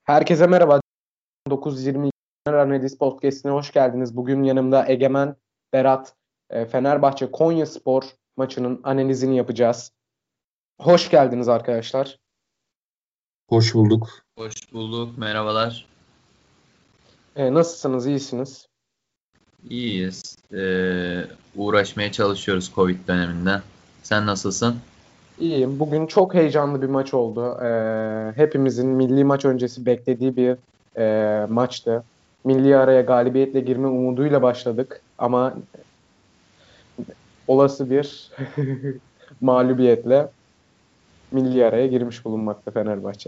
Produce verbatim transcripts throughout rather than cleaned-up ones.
Herkese merhaba. dokuz yüz yirmi iki Analiz Podcast'ine hoş geldiniz. Bugün yanımda Egemen, Berat, e, Fenerbahçe Konyaspor maçının analizini yapacağız. Hoş geldiniz arkadaşlar. Hoş bulduk. Hoş bulduk. Merhabalar. E, nasılsınız? İyisiniz? İyiyiz. Ee, uğraşmaya çalışıyoruz Covid döneminde. Sen nasılsın? İyiyim. Bugün çok heyecanlı bir maç oldu. E, hepimizin milli maç öncesi beklediği bir e, maçtı. Milli araya galibiyetle girme umuduyla başladık. Ama olası bir mağlubiyetle milli araya girmiş bulunmakta Fenerbahçe.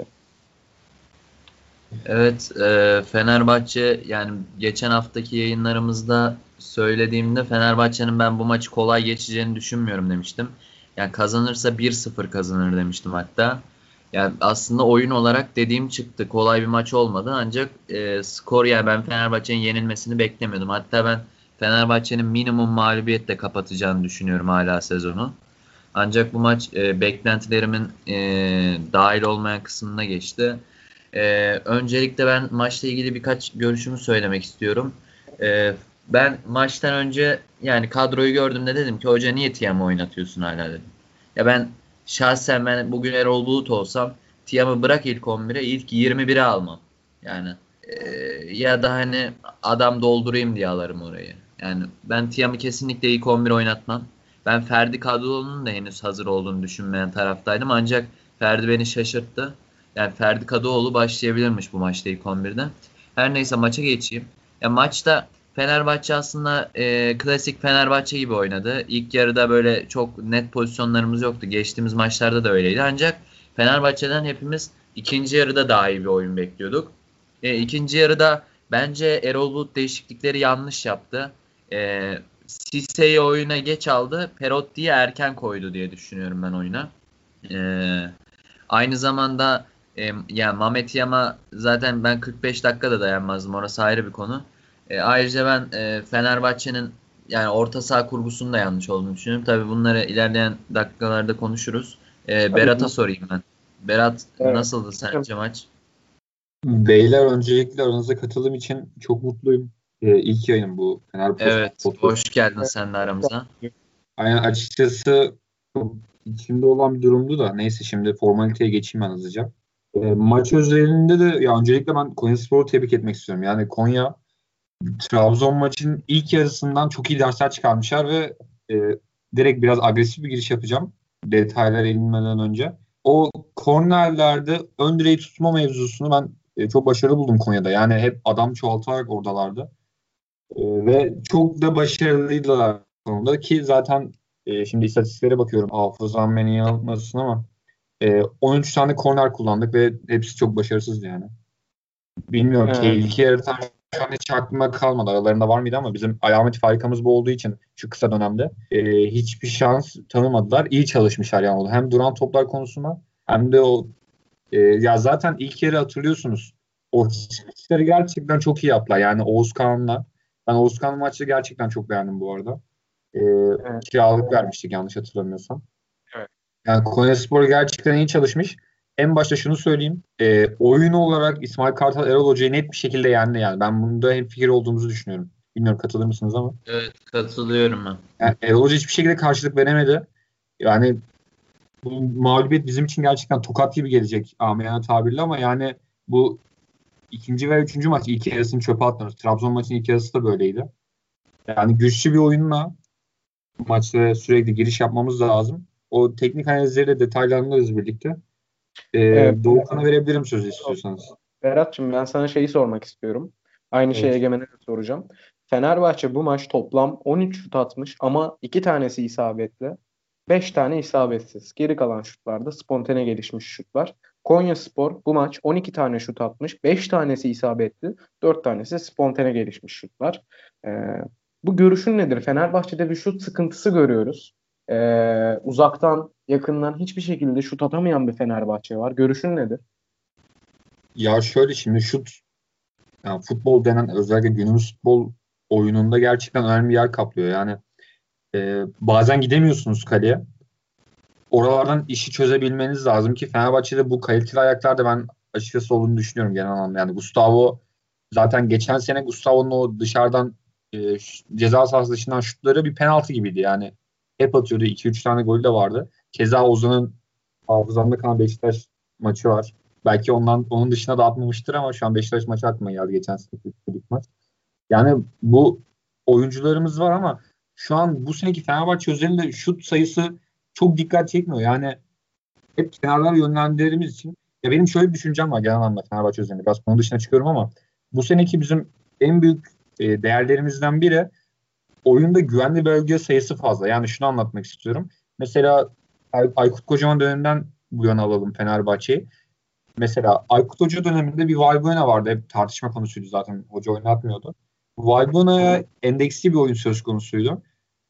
Evet, e, Fenerbahçe yani geçen haftaki yayınlarımızda söylediğimde Fenerbahçe'nin ben bu maçı kolay geçeceğini düşünmüyorum demiştim. Yani kazanırsa bir sıfır kazanır demiştim hatta. Yani aslında oyun olarak dediğim çıktı. Kolay bir maç olmadı ancak e, skor yani ben Fenerbahçe'nin yenilmesini beklemiyordum. Hatta ben Fenerbahçe'nin minimum mağlubiyetle kapatacağını düşünüyorum hala sezonu. Ancak bu maç e, beklentilerimin e, dahil olmayan kısmına geçti. Ee, öncelikle ben maçla ilgili birkaç görüşümü söylemek istiyorum. Ee, ben maçtan önce yani kadroyu gördüğümde dedim ki hoca niye Tiam'ı oynatıyorsun hala dedim. Ya ben şahsen ben bugün Erol Bulut olsam Tiam'ı bırak ilk on bire ilk yirmi bire almam. Yani e, ya da hani adam doldurayım diye alırım orayı. Yani ben Tiam'ı kesinlikle ilk on bire oynatmam. Ben Ferdi Kadıoğlu'nun da henüz hazır olduğunu düşünmeyen taraftaydım ancak Ferdi beni şaşırttı. Yani Ferdi Kadıoğlu başlayabilirmiş bu maçta ilk on birde. Her neyse maça geçeyim. Ya maçta Fenerbahçe aslında e, klasik Fenerbahçe gibi oynadı. İlk yarıda böyle çok net pozisyonlarımız yoktu. Geçtiğimiz maçlarda da öyleydi. Ancak Fenerbahçe'den hepimiz ikinci yarıda daha iyi bir oyun bekliyorduk. E, ikinci yarıda bence Erol Bulut değişiklikleri yanlış yaptı. E, Sisse'yi oyuna geç aldı. Perotti'yi erken koydu diye düşünüyorum ben oyuna. E, Aynı zamanda e, yani Mehmet Yama zaten ben kırk beş dakikada dayanmazdım. Orası ayrı bir konu. E, ayrıca ben e, Fenerbahçe'nin yani orta saha kurgusunun da yanlış olduğunu düşünüyorum. Tabii bunları ilerleyen dakikalarda konuşuruz. E, Berat'a sorayım ben. Berat Evet. nasıldı sence maç? Beyler öncelikle aranıza katıldığım için çok mutluyum. Ee, ilk yayınım bu Fener Evet, Podcast. hoş geldin sen de aramıza. Yani açıkçası çok içimde olan bir durumdu da neyse şimdi formaliteye geçeyim ben hızlıca. Ee, maç özelinde de ya öncelikle ben Konyaspor'u tebrik etmek istiyorum. Yani Konya Trabzon maçının ilk yarısından çok iyi dersler çıkarmışlar ve e, direkt biraz agresif bir giriş yapacağım. Detaylara inmeden önce. O kornerlerde ön direği tutma mevzusunu ben e, çok başarılı buldum Konya'da. Yani hep adam çoğaltarak oradalardı. E, ve çok da başarılıydılar konuda ki zaten e, şimdi istatistiklere bakıyorum. Hafızam beni yanıltmasın ama e, on üç tane korner kullandık ve hepsi çok başarısızdı yani. Bilmiyorum Ee, tehlike yaratan şu an hiç aklıma kalmadı. Aralarında var mıydı ama bizim alamet farikamız bu olduğu için şu kısa dönemde e, hiçbir şans tanımadılar. İyi çalışmışlar yani. Hem duran toplar konusunda hem de o e, ya zaten ilk yarı hatırlıyorsunuz. O çıkışları gerçekten çok iyi yaptılar. Yani Oğuzkan'la ben Oğuzkan maçı gerçekten çok beğendim bu arada. E, evet, kiralık vermiştik yanlış hatırlamıyorsam. evet. Yani Konyaspor gerçekten iyi çalışmış. En başta şunu söyleyeyim. E, oyun olarak İsmail Kartal Erol Hoca'yı net bir şekilde yendi yani. Ben bunda hemfikir olduğumuzu düşünüyorum. Bilmiyorum katılır mısınız ama. Evet, katılıyorum ben. Yani Erol Hoca hiçbir şekilde karşılık veremedi. Yani bu mağlubiyet bizim için gerçekten tokat gibi gelecek amiyane tabirle ama yani bu ikinci ve üçüncü maç ilk yarısını çöpe atmıyoruz. Trabzon maçının ilk yarısı da böyleydi. Yani güçlü bir oyunla maçlara sürekli giriş yapmamız lazım. O teknik analizleri de detaylandırırız birlikte. Ee, Ee, Doğukan'a verebilirim sözü istiyorsanız. Berat'cığım ben sana şeyi sormak istiyorum. Aynı şeyi Evet. Egemen'e de soracağım. Fenerbahçe bu maç toplam on üç şut atmış ama iki tanesi isabetli. beş tane isabetsiz. Geri kalan şutlarda spontane gelişmiş şutlar. Konyaspor bu maç on iki tane şut atmış. beş tanesi isabetli. dört tanesi spontane gelişmiş şutlar. Ee, bu görüşün nedir? Fenerbahçe'de bir şut sıkıntısı görüyoruz. Ee, uzaktan, yakından hiçbir şekilde şut atamayan bir Fenerbahçe var. Görüşün nedir? Ya şöyle şimdi şut yani futbol denen özellikle günümüz futbol oyununda gerçekten önemli bir yer kaplıyor. Yani e, bazen gidemiyorsunuz kaleye. Oralardan işi çözebilmeniz lazım ki Fenerbahçe'de bu kaliteli ayaklarda ben açıkçası olduğunu düşünüyorum genel anlamda. Yani Gustavo zaten geçen sene Gustavo'nun o dışarıdan e, ş- ceza sahası dışından şutları bir penaltı gibiydi. Yani hep atıyordu. iki üç tane golü de vardı. Keza Ozan'ın hafızamda kalan Beşiktaş maçı var. Belki ondan onun dışına da atmamıştır ama şu an Beşiktaş maçı aklıma geldi geçen seneki ilk maç. Yani bu oyuncularımız var ama şu an bu seneki Fenerbahçe özelinde şut sayısı çok dikkat çekmiyor. Yani hep kenarlara yönlendirdiğimiz için ya benim şöyle bir düşüncem var genel anlamda Fenerbahçe özelinde. Biraz konu dışına çıkıyorum ama bu seneki bizim en büyük e, değerlerimizden biri oyunda güvenli bölge sayısı fazla. Yani şunu anlatmak istiyorum. Mesela Ay- Aykut Kocaman döneminden bu yana alalım Fenerbahçe'yi. Mesela Aykut Hoca döneminde bir Valbuena vardı. Hep tartışma konusuydu zaten. Hoca oynatmıyordu. Valbuena'ya endeksli bir oyun söz konusuydu.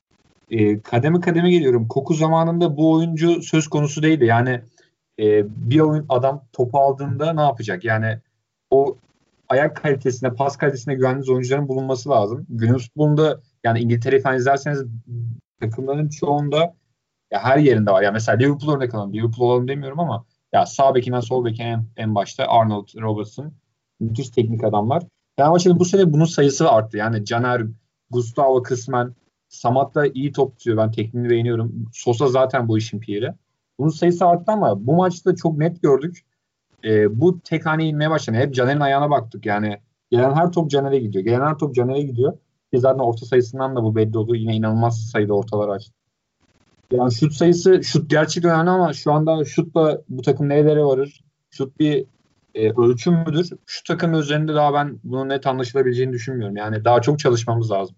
E, kademe kademe geliyorum. Koku zamanında bu oyuncu söz konusu değildi. Yani e, bir oyun adam topu aldığında ne yapacak? Yani o ayak kalitesine, pas kalitesine güvendiğiniz oyuncuların bulunması lazım. Günümüz futbolunda yani İngiltere'yi falan izlerseniz takımların çoğunda ya her yerinde var. Ya mesela Liverpool örnek alalım. Liverpool olalım demiyorum ama ya sağ bekinden sol bekine en, en başta Arnold, Robertson müthiş teknik adamlar. Fenerbahçe'nin bu sene bunun sayısı arttı. Yani Caner, Gustavo kısmen Samat da iyi top tutuyor. Ben tekniğini beğeniyorum. Sosa zaten bu işin piri. Bunun sayısı arttı ama bu maçta çok net gördük. Ee, bu tek haneye inmeye başladı. Hep Caner'in ayağına baktık. Yani gelen her top Caner'e gidiyor. Gelen her top Caner'e gidiyor. Ki zaten orta sayısından da bu belli oldu. Yine inanılmaz sayıda ortalar açtı. Yani şut sayısı, şut gerçekten önemli ama şu anda şutla bu takım nerelere varır? Şut bir e, ölçüm müdür? Şu takım üzerinde daha ben bunun net anlaşılabileceğini düşünmüyorum. Yani daha çok çalışmamız lazım.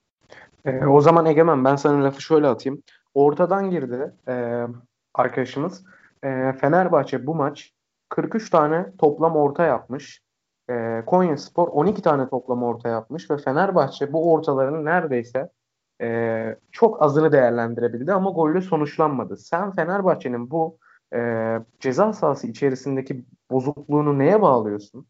E, o zaman Egemen ben sana lafı şöyle atayım. Ortadan girdi e, arkadaşımız. E, Fenerbahçe bu maç kırk üç tane toplam orta yapmış. E, Konyaspor on iki tane toplam orta yapmış ve Fenerbahçe bu ortaların neredeyse e, çok azını değerlendirebildi ama golle sonuçlanmadı. Sen Fenerbahçe'nin bu e, ceza sahası içerisindeki bozukluğunu neye bağlıyorsun?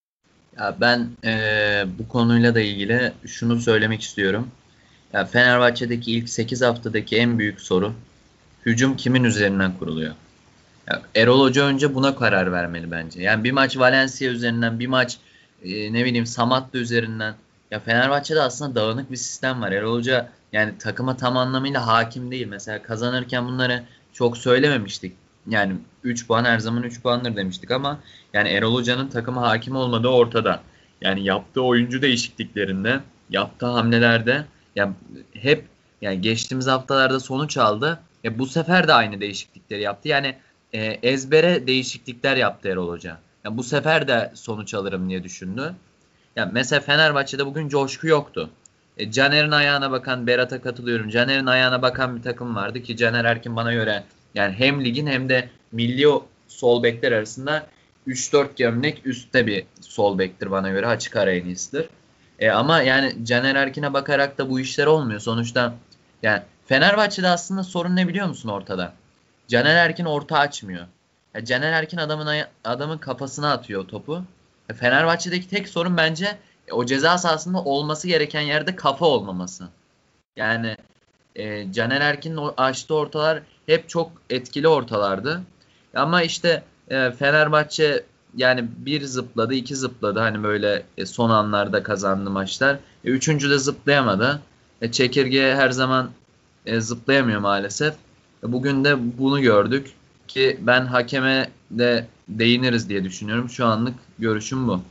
Ya ben eee, bu konuyla da ilgili şunu söylemek istiyorum. Ya Fenerbahçe'deki ilk sekiz haftadaki en büyük sorun hücum kimin üzerinden kuruluyor? Ya Erol Hoca önce buna karar vermeli bence. Yani bir maç Valencia üzerinden, bir maç e, ne bileyim Samatta üzerinden. Ya Fenerbahçe'de aslında dağınık bir sistem var. Erol Hoca yani takıma tam anlamıyla hakim değil. Mesela kazanırken bunları çok söylememiştik. Yani üç puan her zaman üç puandır demiştik ama yani Erol Hoca'nın takıma hakim olmadığı ortada. Yani yaptığı oyuncu değişikliklerinde, yaptığı hamlelerde ya hep yani geçtiğimiz haftalarda sonuç aldı. Ya bu sefer de aynı değişiklikleri yaptı. Yani e, ezbere değişiklikler yaptı Erol Hoca. Ya bu sefer de sonuç alırım diye düşündü. Ya mesela Fenerbahçe'de bugün coşku yoktu. E, Caner'in ayağına bakan, Berat'a katılıyorum. Caner'in ayağına bakan bir takım vardı ki Caner Erkin bana göre yani hem ligin hem de milli sol bekler arasında üç dört gömlek üstte bir sol bektir bana göre. Açık ara en iyisidir. E, ama yani Caner Erkin'e bakarak da bu işler olmuyor. Sonuçta yani Fenerbahçe'de aslında sorun ne biliyor musun ortada? Caner Erkin orta açmıyor. Ya Caner Erkin adamın aya- adamın kafasına atıyor topu. E, Fenerbahçe'deki tek sorun bence e, o ceza sahasında olması gereken yerde kafa olmaması. Yani e, Caner Erkin'in o açtığı ortalar hep çok etkili ortalardı. Ama işte e, Fenerbahçe yani bir zıpladı, iki zıpladı. Hani böyle e, son anlarda kazandı maçlar. E, üçüncü de zıplayamadı. E, çekirge her zaman e, zıplayamıyor maalesef. E, bugün de bunu gördük ki ben hakeme de değiniriz diye düşünüyorum. Şu anlık görüşüm bu.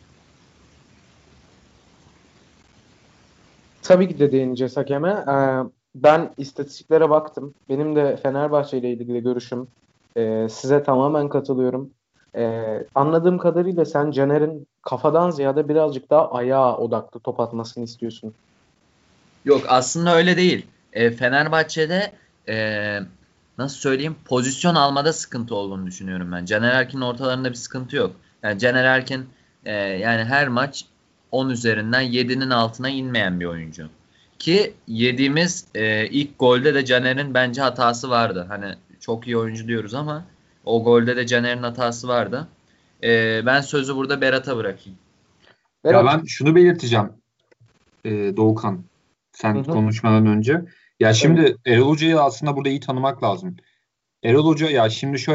Tabii ki de değineceğiz hakeme. Ee, ben istatistiklere baktım. Benim de Fenerbahçe ile ilgili görüşüm e, size tamamen katılıyorum. Ee, anladığım kadarıyla sen Caner'in kafadan ziyade birazcık daha ayağa odaklı top atmasını istiyorsun. Yok aslında öyle değil. E, Fenerbahçe'de e, nasıl söyleyeyim pozisyon almada sıkıntı olduğunu düşünüyorum ben. Caner Erkin'in ortalarında bir sıkıntı yok. Yani Caner Erkin e, yani her maç on üzerinden yedinin altına inmeyen bir oyuncu. Ki yediğimiz e, ilk golde de Caner'in bence hatası vardı. Hani çok iyi oyuncu diyoruz ama o golde de Caner'in hatası vardı. E, ben sözü burada Berat'a bırakayım. Ya Berat. ben şunu belirteceğim e, Doğukan Hı sen hı, konuşmadan önce. Ya tabii. şimdi Erol Hoca'yı aslında burada iyi tanımak lazım. Erol Hoca ya şimdi şöyle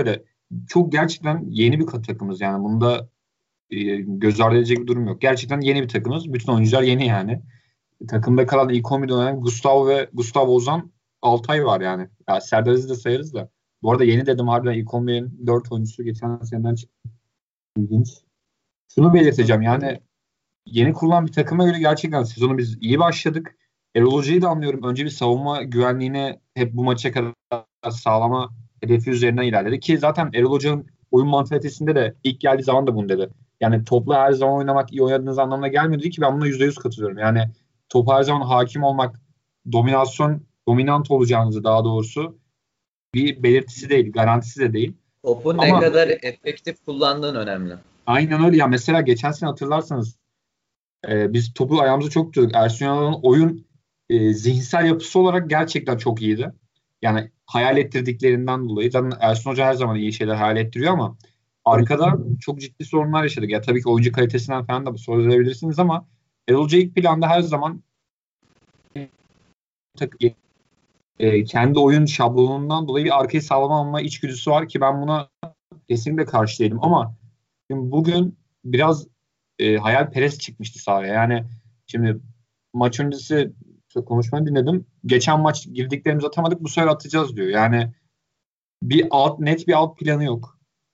çok gerçekten yeni bir takımız yani. Bunda e, göz ardı edilecek bir durum yok. Gerçekten yeni bir takımız. Bütün oyuncular yeni yani. Takımda kalan ilk on bir dönem Gustavo ve Gustavo Ozan altı ay var yani. Ya Serdar Aziz'i de sayarız da. Bu arada yeni dedim harbiden ilk on birin dört oyuncusu geçen seneden çıktı. İlginç. Şunu belirteceğim yani yeni kurulan bir takıma göre gerçekten sezonu biz iyi başladık. Erol Hoca'yı da anlıyorum. Önce bir savunma güvenliğine hep bu maça kadar sağlama hedefi üzerinden ilerledi. Ki zaten Erol Hoca'nın oyun mantalitesinde de ilk geldiği zaman da bunu dedi. Yani topla her zaman oynamak iyi oynadığınız anlamına gelmiyor dedi ki ben buna yüzde yüz katılıyorum. Yani topa her zaman hakim olmak, dominasyon, dominant olacağınızı daha doğrusu bir belirtisi değil, garantisi de değil. Topu ne Ama kadar efektif kullandığın önemli. aynen öyle. Ya mesela geçen sene hatırlarsanız e, biz topu ayağımıza çok tutuyorduk. Ersun Yanal'ın oyun e, zihinsel yapısı olarak gerçekten çok iyiydi. Yani hayal ettirdiklerinden dolayı. Zaten Ersun Hoca her zaman iyi şeyler hayal ettiriyor ama arkada çok ciddi sorunlar yaşadık. Ya tabii ki oyuncu kalitesinden falan da söz edebilirsiniz ama Erol Hoca ilk planda her zaman e, kendi oyun şablonundan dolayı bir arkayı sağlam alma içgüdüsü var ki ben buna kesinlikle karşı değilim. Ama şimdi bugün biraz e, hayalperest çıkmıştı sahaya. Yani şimdi maç öncesi konuşmayı dinledim. Geçen maç girdiklerimizi atamadık, bu sefer atacağız diyor. Yani bir alt net bir alt planı yok.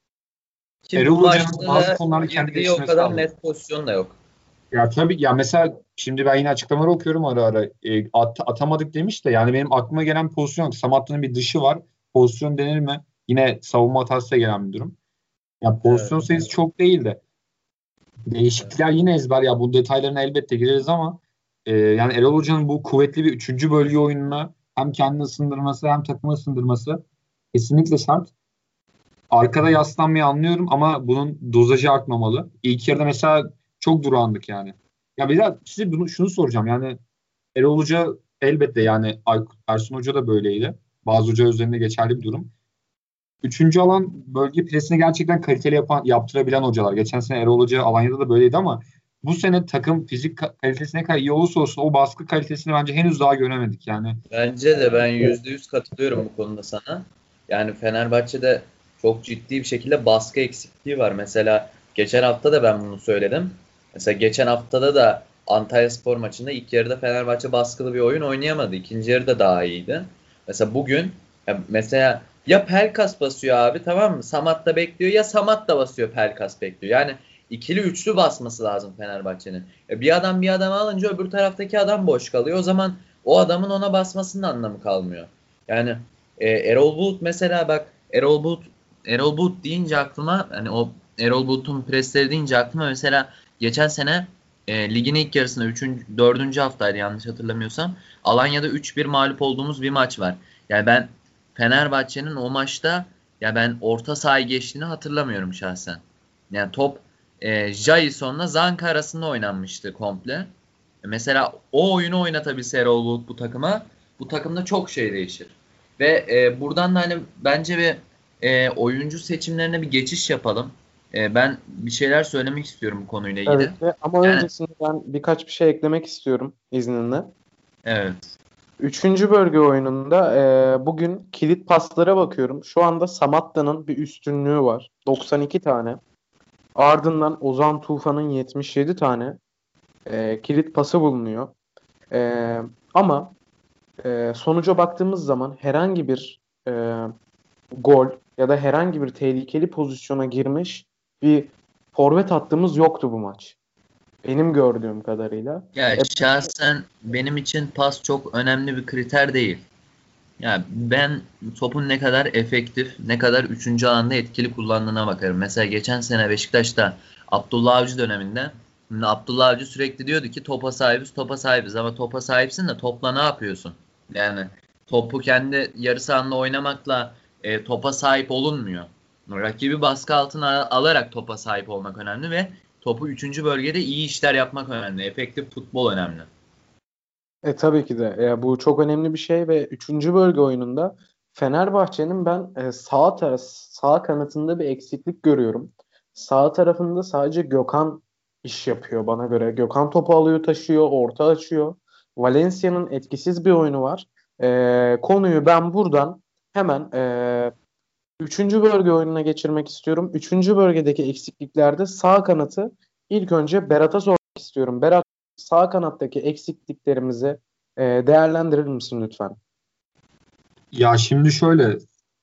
Ki Erol bu Hoca'nın bazı maçta konularda kendi girdiği o geliştirmesi kadar lazım. net pozisyon da yok. Ya tabii ya mesela şimdi ben yine açıklamaları okuyorum ara ara. E, at, atamadık demiş de yani benim aklıma gelen pozisyon yok. Samatta'nın bir dışı var. Pozisyon denir mi? Yine savunma hatasıyla gelen bir durum. Ya pozisyon Evet. sayısı çok değildi. Değişiklikler yine ezber ya bu detaylarına elbette gireriz ama e, yani Erol Hoca'nın bu kuvvetli bir üçüncü bölge oyununa hem kendini ısındırması hem takımı ısındırması kesinlikle şart. Arkada yaslanmayı anlıyorum ama bunun dozajı artmamalı. İlk yarıda mesela çok durağandık yani. Ya bir daha size bunu şunu soracağım yani Erol Hoca elbette yani Aykut Ersun Hoca da böyleydi. Bazı hoca üzerinde geçerli bir durum. Üçüncü alan bölge presini gerçekten kaliteli yapan, yaptırabilen hocalar. Geçen sene Erol Hoca Alanya'da da böyleydi ama bu sene takım fizik kalitesi ne kadar iyi olursa olsun o baskı kalitesini bence henüz daha göremedik yani. Bence de ben yüzde yüz katılıyorum bu konuda sana. Yani Fenerbahçe'de çok ciddi bir şekilde baskı eksikliği var. Mesela geçen hafta da ben bunu söyledim. Mesela geçen haftada da Antalyaspor maçında ilk yarıda Fenerbahçe baskılı bir oyun oynayamadı. İkinci yarıda daha iyiydi. Mesela bugün ya mesela ya Pelkas basıyor abi, tamam mı? Samat da bekliyor, ya Samat da basıyor, Pelkas bekliyor. Yani ikili üçlü basması lazım Fenerbahçe'nin. Ya bir adam bir adam alınca öbür taraftaki adam boş kalıyor. O zaman o adamın ona basmasının anlamı kalmıyor. Yani e, Erol Bulut mesela, bak Erol Bulut Erol Bulut deyince aklıma, hani o Erol Bulut'un presleri deyince aklıma mesela geçen sene e, ligin ilk yarısında üçüncü dördüncü haftaydı yanlış hatırlamıyorsam. Alanya'da üç bir mağlup olduğumuz bir maç var. Yani ben Fenerbahçe'nin o maçta, ya ben orta sahayı geçtiğini hatırlamıyorum şahsen. Yani top e, Jason'la Zanka arasında oynanmıştı komple. Mesela o oyunu oynatabilse Erol Bulut bu takıma, bu takımda çok şey değişir. Ve e, buradan da hani bence bir e, oyuncu seçimlerine bir geçiş yapalım. E, ben bir şeyler söylemek istiyorum bu konuyla ilgili. Evet. Ama Yani öncesinde ben birkaç bir şey eklemek istiyorum izninle. evet. Üçüncü bölge oyununda e, bugün kilit paslara bakıyorum. Şu anda Samatta'nın bir üstünlüğü var. doksan iki tane. Ardından Ozan Tufan'ın yetmiş yedi tane e, kilit pası bulunuyor. E, ama e, sonuca baktığımız zaman herhangi bir e, gol ya da herhangi bir tehlikeli pozisyona girmiş bir forvet hattımız yoktu bu maç. Benim gördüğüm kadarıyla. Ya E, şahsen benim için pas çok önemli bir kriter değil. Ya ben topun ne kadar efektif, ne kadar üçüncü alanda etkili kullandığına bakarım. Mesela geçen sene Beşiktaş'ta Abdullah Avcı döneminde şimdi Abdullah Avcı sürekli diyordu ki topa sahibiz, topa sahibiz, ama topa sahipsin de topla ne yapıyorsun? Yani topu kendi yarı sahanda oynamakla e, topa sahip olunmuyor. Rakibi baskı altına alarak topa sahip olmak önemli ve topu üçüncü bölgede iyi işler yapmak önemli. Efektif futbol önemli. E tabii ki de. E, bu çok önemli bir şey ve üçüncü bölge oyununda Fenerbahçe'nin ben e, sağ taraf sağ kanatında bir eksiklik görüyorum. Sağ tarafında sadece Gökhan iş yapıyor bana göre. Gökhan topu alıyor, taşıyor, orta açıyor. Valencia'nın etkisiz bir oyunu var. E, konuyu ben buradan hemen e, Üçüncü bölge oyununa geçirmek istiyorum. Üçüncü bölgedeki eksikliklerde sağ kanatı ilk önce Berat'a sormak istiyorum. Berat, sağ kanattaki eksikliklerimizi e, değerlendirir misin lütfen? Ya şimdi şöyle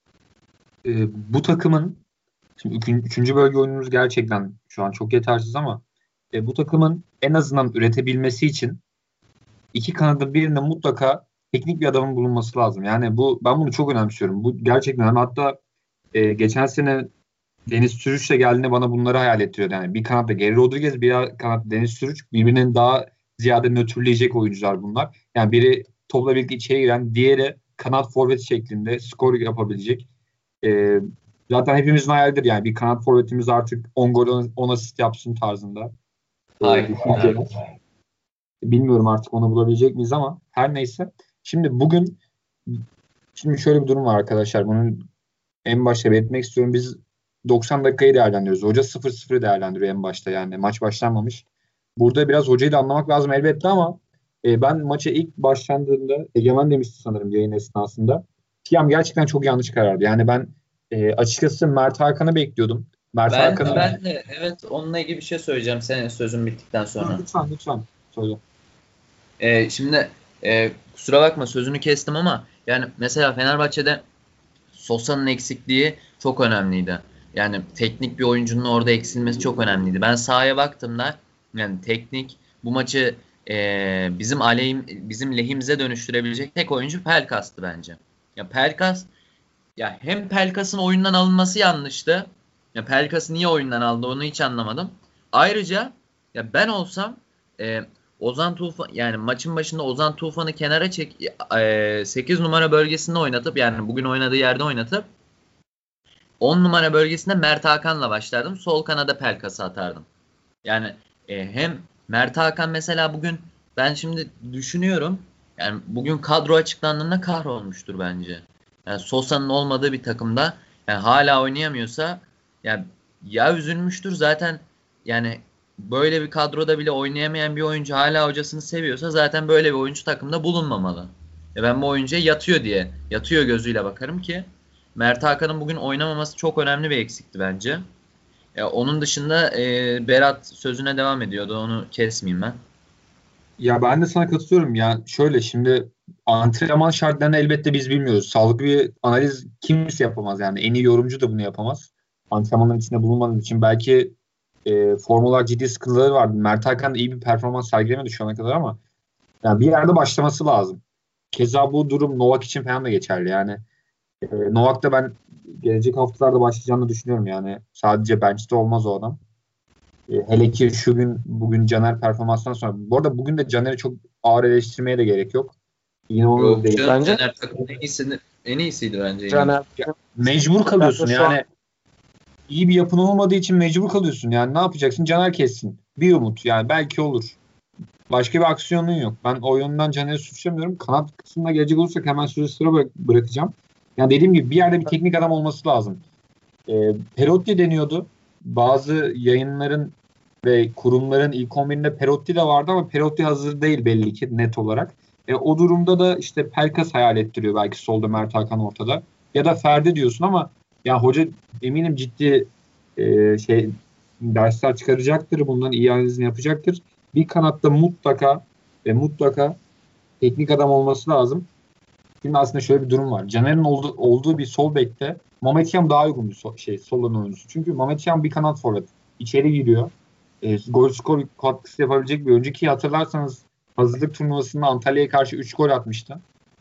e, bu takımın şimdi üçüncü, üçüncü bölge oyunumuz gerçekten şu an çok yetersiz ama e, bu takımın en azından üretebilmesi için iki kanadın birinde mutlaka teknik bir adamın bulunması lazım. Yani bu ben bunu çok önemsiyorum. Bu gerçekten önemli. Hatta e, geçen sene Deniz Sürüç de geldiğinde bana bunları hayal ettiriyordu. Yani bir kanatta Geri Rodriguez, bir kanatta Deniz Sürüç birbirinin daha ziyade nötrleyecek oyuncular bunlar. Yani biri topla birlikte içeri giren, diğeri kanat forvet şeklinde skor yapabilecek. E, zaten hepimizin hayalidir yani bir kanat forvetimiz artık on gol on asist yapsın tarzında. Hayır. E, Bilmiyorum artık onu bulabilecek miyiz ama her neyse. Şimdi bugün şimdi şöyle bir durum var arkadaşlar. Bunun en başta belirtmek istiyorum. Biz doksan dakikayı değerlendiriyoruz. Hoca sıfır sıfırı değerlendiriyor en başta yani. Maç başlanmamış. Burada biraz hocayı da anlamak lazım elbette ama e, ben maça ilk başlandığında Egemen demişti sanırım yayın esnasında. Tiam gerçekten çok yanlış karardı. Yani ben e, açıkçası Mert Hakan'ı bekliyordum. Mert Ben, Hakan'ı... ben de evet onunla ilgili bir şey söyleyeceğim senin sözün bittikten sonra. Lütfen lütfen söyle. Ee, şimdi e, kusura bakma sözünü kestim ama yani mesela Fenerbahçe'de Sosa'nın eksikliği çok önemliydi. Yani teknik bir oyuncunun orada eksilmesi çok önemliydi. Ben sahaya baktığımda yani teknik bu maçı e, bizim aleyhim bizim lehimize dönüştürebilecek tek oyuncu Pelkas'tı bence. Ya Pelkas ya hem Pelkas'ın oyundan alınması yanlıştı. Ya Pelkas'ı niye oyundan aldı onu hiç anlamadım. Ayrıca ya ben olsam e, Ozan Tufan yani maçın başında Ozan Tufan'ı kenara çek e, sekiz numara bölgesinde oynatıp yani bugün oynadığı yerde oynatıp on numara bölgesinde Mert Hakan'la başlardım. Sol kanada Pelkas'ı atardım. Yani e, hem Mert Hakan mesela bugün ben şimdi düşünüyorum yani bugün kadro açıklandığında kahrolmuştur bence. Yani Sosa'nın olmadığı bir takımda yani hala oynayamıyorsa yani ya üzülmüştür zaten yani böyle bir kadroda bile oynayamayan bir oyuncu hala hocasını seviyorsa zaten böyle bir oyuncu takımda bulunmamalı. E ben bu oyuncuya yatıyor diye yatıyor gözüyle bakarım ki Mert Hakan'ın bugün oynamaması çok önemli bir eksikti bence. Ya onun dışında e, Berat sözüne devam ediyordu. Onu kesmeyeyim ben. Ya ben de sana katılıyorum. Ya şöyle şimdi antrenman şartlarını elbette biz bilmiyoruz. Sağlıklı bir analiz kimse yapamaz yani. En iyi yorumcu da bunu yapamaz. Antrenmanların içinde bulunmadığı için belki e, form olarak ciddi sıkıntıları vardı. Mert Hakan da iyi bir performans sergilemedi şu ana kadar ama yani bir yerde başlaması lazım. Keza bu durum Novak için falan da geçerli. Yani e, Novak da ben gelecek haftalarda başlayacağını düşünüyorum yani. Sadece bench'te olmaz o adam. E, hele ki şu gün bugün Caner performanstan sonra. Bu arada bugün de Caner'i çok ağır eleştirmeye de gerek yok. Yine onu Yok değil. canım, Bence Caner takımın en iyisi, en iyisiydi bence. yine. Caner Mecbur kalıyorsun şu an- yani. İyi bir yapın olmadığı için mecbur kalıyorsun. Yani ne yapacaksın? Caner kessin. Bir umut. Yani belki olur. Başka bir aksiyonun yok. Ben o yönden Caner'i suçlamıyorum. Kanat kısmına gelecek olursak hemen sürü sıra bırak- bırakacağım. Yani dediğim gibi bir yerde bir teknik adam olması lazım. E, Perotti deniyordu. Bazı yayınların ve kurumların ilk on birinde Perotti de vardı ama Perotti hazır değil belli ki net olarak. E, o durumda da işte Pelkas hayal ettiriyor belki solda Mert Hakan ortada. Ya da Ferdi diyorsun ama ya hoca eminim ciddi e, şey dersler çıkaracaktır. Bundan iyi analizini yapacaktır. Bir kanatta mutlaka ve mutlaka teknik adam olması lazım. Şimdi aslında şöyle bir durum var. Caner'in olduğu, olduğu bir sol bekte Mehmet Yam daha uygun bir so- şey solun oyuncusu. Çünkü Mehmet Yam bir kanat forvet. İçeri giriyor. E, gol skor katkısı yapabilecek bir oyuncu ki hatırlarsanız hazırlık turnuvasında Antalya'ya karşı üç gol atmıştı.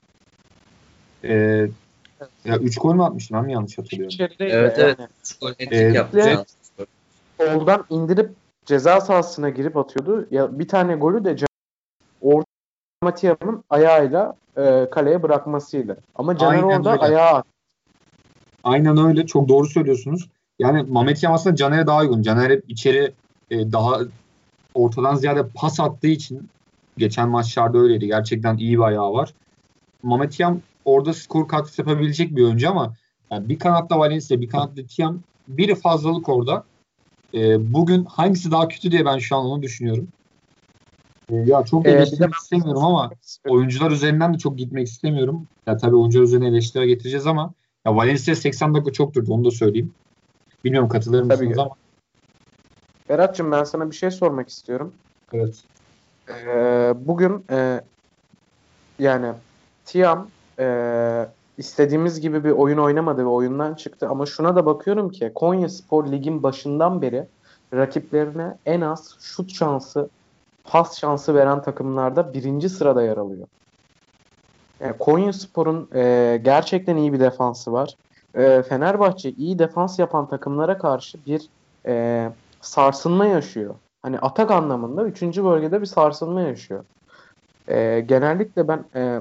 E, ya üç gol mü atmıştı? Ben mi yanlış hatırlıyorum? içerideydi Evet yani. evet. Skor hat-trick Evet. yaptı. Ve- Can. Soldan indirip ceza sahasına girip atıyordu. Ya bir tane golü de Can- orta Matiya'nın ayağıyla e, kaleye bırakmasıydı. Ama Caner Aynen orada öyle. ayağa attı. Aynen öyle. Çok doğru söylüyorsunuz. Yani Mehmet Yam aslında Caner'e daha uygun. Caner hep içeri e, daha ortadan ziyade pas attığı için geçen maçlarda öyleydi. Gerçekten iyi bir ayağı var. Mehmet Yam orada skor katkısı yapabilecek bir oyuncu ama yani bir kanatta Valencia, bir kanatta Tiam biri fazlalık orada. E, bugün hangisi daha kötü diye ben şu an onu düşünüyorum. E, ya çok Ee, bir de eleştirmek ben- istemiyorum ama oyuncular üzerinden de çok gitmek istemiyorum. Ya tabii oyuncular üzerine eleştiri getireceğiz ama Ya Valencia seksen dakika çok durdu, onu da söyleyeyim. Bilmiyorum katılır Tabii mısınız ki. ama. Berat'cığım ben sana bir şey sormak istiyorum. Evet. Ee, bugün e, yani Tiam e, istediğimiz gibi bir oyun oynamadı ve oyundan çıktı. Ama şuna da bakıyorum ki Konyaspor ligin başından beri rakiplerine en az şut şansı, pas şansı veren takımlarda birinci sırada yer alıyor. Yani Konyaspor'un e, gerçekten iyi bir defansı var. E, Fenerbahçe iyi defans yapan takımlara karşı bir e, sarsılma yaşıyor. Hani atak anlamında üçüncü bölgede bir sarsılma yaşıyor. E, genellikle ben e,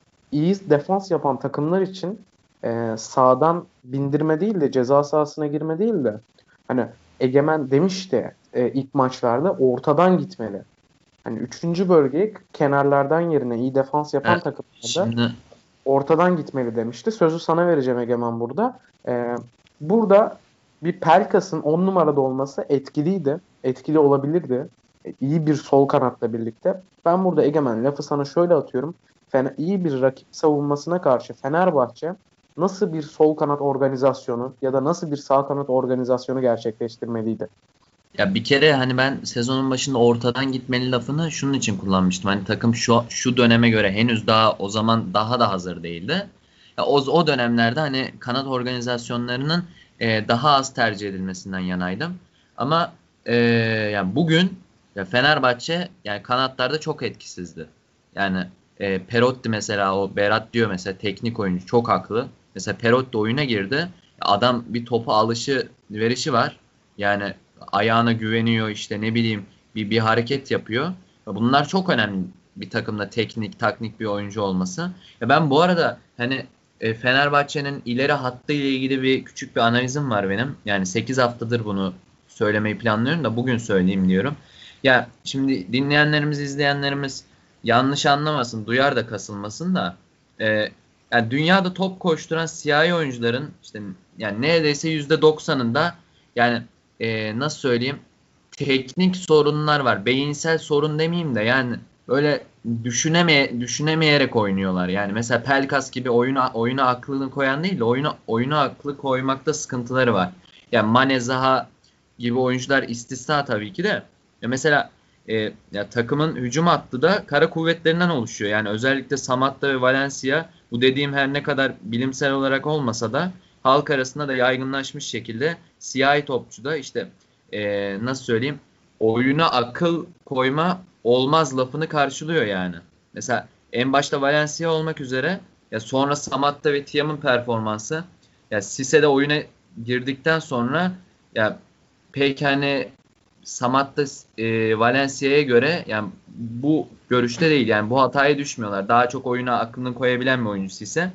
iyi defans yapan takımlar için e, sağdan bindirme değil de ceza sahasına girme değil de hani Egemen demişti e, ilk maçlarda ortadan gitmeli. Hani üçüncü bölgeyi kenarlardan yerine iyi defans yapan Evet, takımlarda şimdi ortadan gitmeli demişti. Sözü sana vereceğim Egemen burada. Ee, burada bir Pelkas'ın on numarada olması etkiliydi. Etkili olabilirdi. E, iyi bir sol kanatla birlikte. Ben burada Egemen lafı sana şöyle atıyorum. Fena, iyi bir rakip savunmasına karşı Fenerbahçe nasıl bir sol kanat organizasyonu ya da nasıl bir sağ kanat organizasyonu gerçekleştirmeliydi? ya bir kere hani ben sezonun başında ortadan gitmeli lafını şunun için kullanmıştım. Hani takım şu şu döneme göre henüz daha o zaman daha da hazır değildi. Ya o, o dönemlerde hani kanat organizasyonlarının e, daha az tercih edilmesinden yanaydım. Ama e, yani bugün ya Fenerbahçe yani kanatlarda çok etkisizdi. Yani e, Perotti mesela, o Berat diyor mesela, teknik oyuncu, çok haklı. Mesela Perotti oyuna girdi. Adam bir topa alışı verişi var. Yani ayağına güveniyor, işte ne bileyim bir bir hareket yapıyor. Bunlar çok önemli bir takımda, teknik taknik bir oyuncu olması. Ya ben bu arada hani e, Fenerbahçe'nin ileri hattı ile ilgili bir küçük bir analizim var benim. Yani sekiz haftadır bunu söylemeyi planlıyorum da bugün söyleyeyim diyorum. Ya şimdi dinleyenlerimiz, izleyenlerimiz yanlış anlamasın, duyar da kasılmasın da e, yani dünyada top koşturan siyahi oyuncuların işte yani neredeyse yüzde doksanında yani e, nasıl söyleyeyim, teknik sorunlar var. Beyinsel sorun demeyeyim de yani böyle düşünemeye düşünemeyerek oynuyorlar. Yani mesela Pelkas gibi oyuna oyuna aklını koyan değil de oyuna oyuna aklı koymakta sıkıntıları var. Yani Mane, Zaha gibi oyuncular istisna tabii ki de. Ya mesela e, ya takımın hücum hattı da kara kuvvetlerinden oluşuyor. Yani özellikle Samatta ve Valencia, bu dediğim her ne kadar bilimsel olarak olmasa da halk arasında da yaygınlaşmış şekilde siyahi topçuda işte e, nasıl söyleyeyim, oyuna akıl koyma olmaz lafını karşılıyor yani. Mesela en başta Valencia olmak üzere ya sonra Samatta ve Thiam'ın performansı, ya Cisse de oyuna girdikten sonra ya pek hani Samatta e, Valencia'ya göre yani bu görüşte değil, yani bu hataya düşmüyorlar. Daha çok oyuna aklını koyabilen bir oyuncusu ise.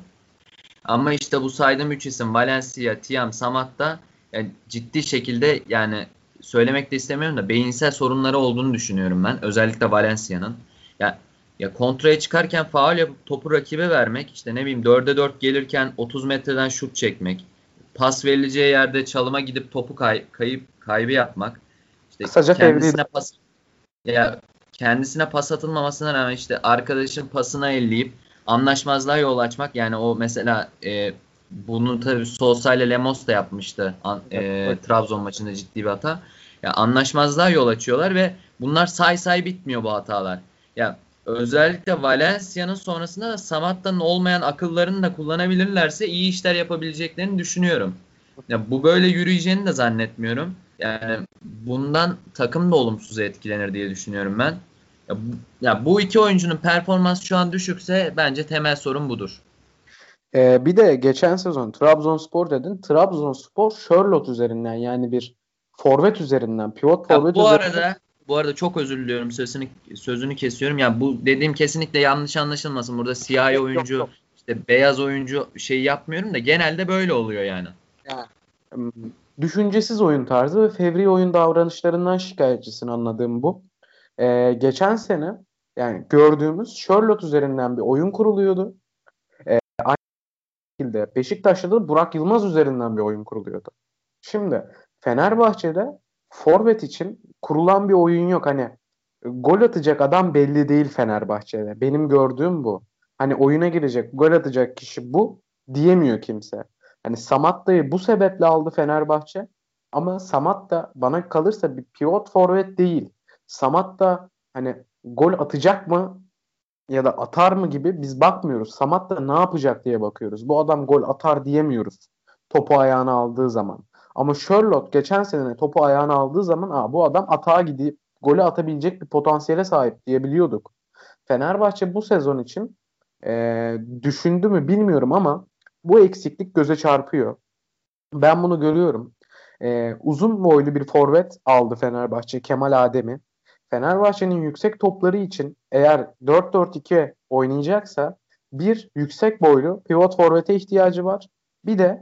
Ama işte bu saydığım üç isim Valencia, Thiam, Samatta yani ciddi şekilde, yani söylemek de istemiyorum da beyinsel sorunları olduğunu düşünüyorum ben. Özellikle Valencia'nın. Ya ya kontraya çıkarken faul yapıp topu rakibe vermek, işte ne bileyim dörde dört gelirken otuz metreden şut çekmek, pas verileceği yerde çalıma gidip topu kay, kayıp kaybı yapmak, işte Kısaca Fevri. kendisine pas ya kendisine pas atılmamasına rağmen işte arkadaşın pasına elleyip anlaşmazlığa yol açmak. Yani o mesela e, bunu tabii Sosa ile Lemos da yapmıştı. An, e, Trabzon maçında ciddi bir hata. Ya anlaşmazlığa yol açıyorlar ve bunlar say say bitmiyor bu hatalar. Ya özellikle Valencia'nın sonrasında da Samatta'nın olmayan akıllarını da kullanabilirlerse iyi işler yapabileceklerini düşünüyorum. Ya bu böyle yürüyeceğini de zannetmiyorum. Yani bundan takım da olumsuz etkilenir diye düşünüyorum ben. Ya bu, ya bu iki oyuncunun performansı şu an düşükse bence temel sorun budur. Ee, bir de geçen sezon Trabzonspor dedin. Trabzonspor Charlotte üzerinden yani bir forvet üzerinden, pivot Ya forvet bu üzerinden. arada bu arada çok özür diliyorum, sözünü sözünü kesiyorum. Ya bu dediğim kesinlikle yanlış anlaşılmasın. Burada siyahi Yok yok oyuncu, yok. işte beyaz oyuncu şey yapmıyorum da genelde böyle oluyor yani. Yani, ım, düşüncesiz oyun tarzı ve fevri oyun davranışlarından şikayetçisin, anladığım bu. Ee, geçen sene yani gördüğümüz Charlotte üzerinden bir oyun kuruluyordu. Ee, aynı şekilde Beşiktaş'ta da Burak Yılmaz üzerinden bir oyun kuruluyordu. Şimdi Fenerbahçe'de forvet için kurulan bir oyun yok. Hani gol atacak adam belli değil Fenerbahçe'de. Benim gördüğüm bu. Hani oyuna girecek, gol atacak kişi bu diyemiyor kimse. Hani Samatta'yı bu sebeple aldı Fenerbahçe. Ama Samatta bana kalırsa bir pivot forvet değil. Samatta hani gol atacak mı ya da atar mı gibi biz bakmıyoruz. Samatta ne yapacak diye bakıyoruz. Bu adam gol atar diyemiyoruz topu ayağına aldığı zaman. Ama Sherlock geçen sene topu ayağına aldığı zaman Aa, bu adam atağa gidip golü atabilecek bir potansiyele sahip diyebiliyorduk. Fenerbahçe bu sezon için e, düşündü mü bilmiyorum ama bu eksiklik göze çarpıyor. Ben bunu görüyorum. E, uzun boylu bir forvet aldı Fenerbahçe, Kemal Ademi. Fenerbahçe'nin yüksek topları için eğer dört dört iki oynayacaksa bir yüksek boylu pivot forvete ihtiyacı var. Bir de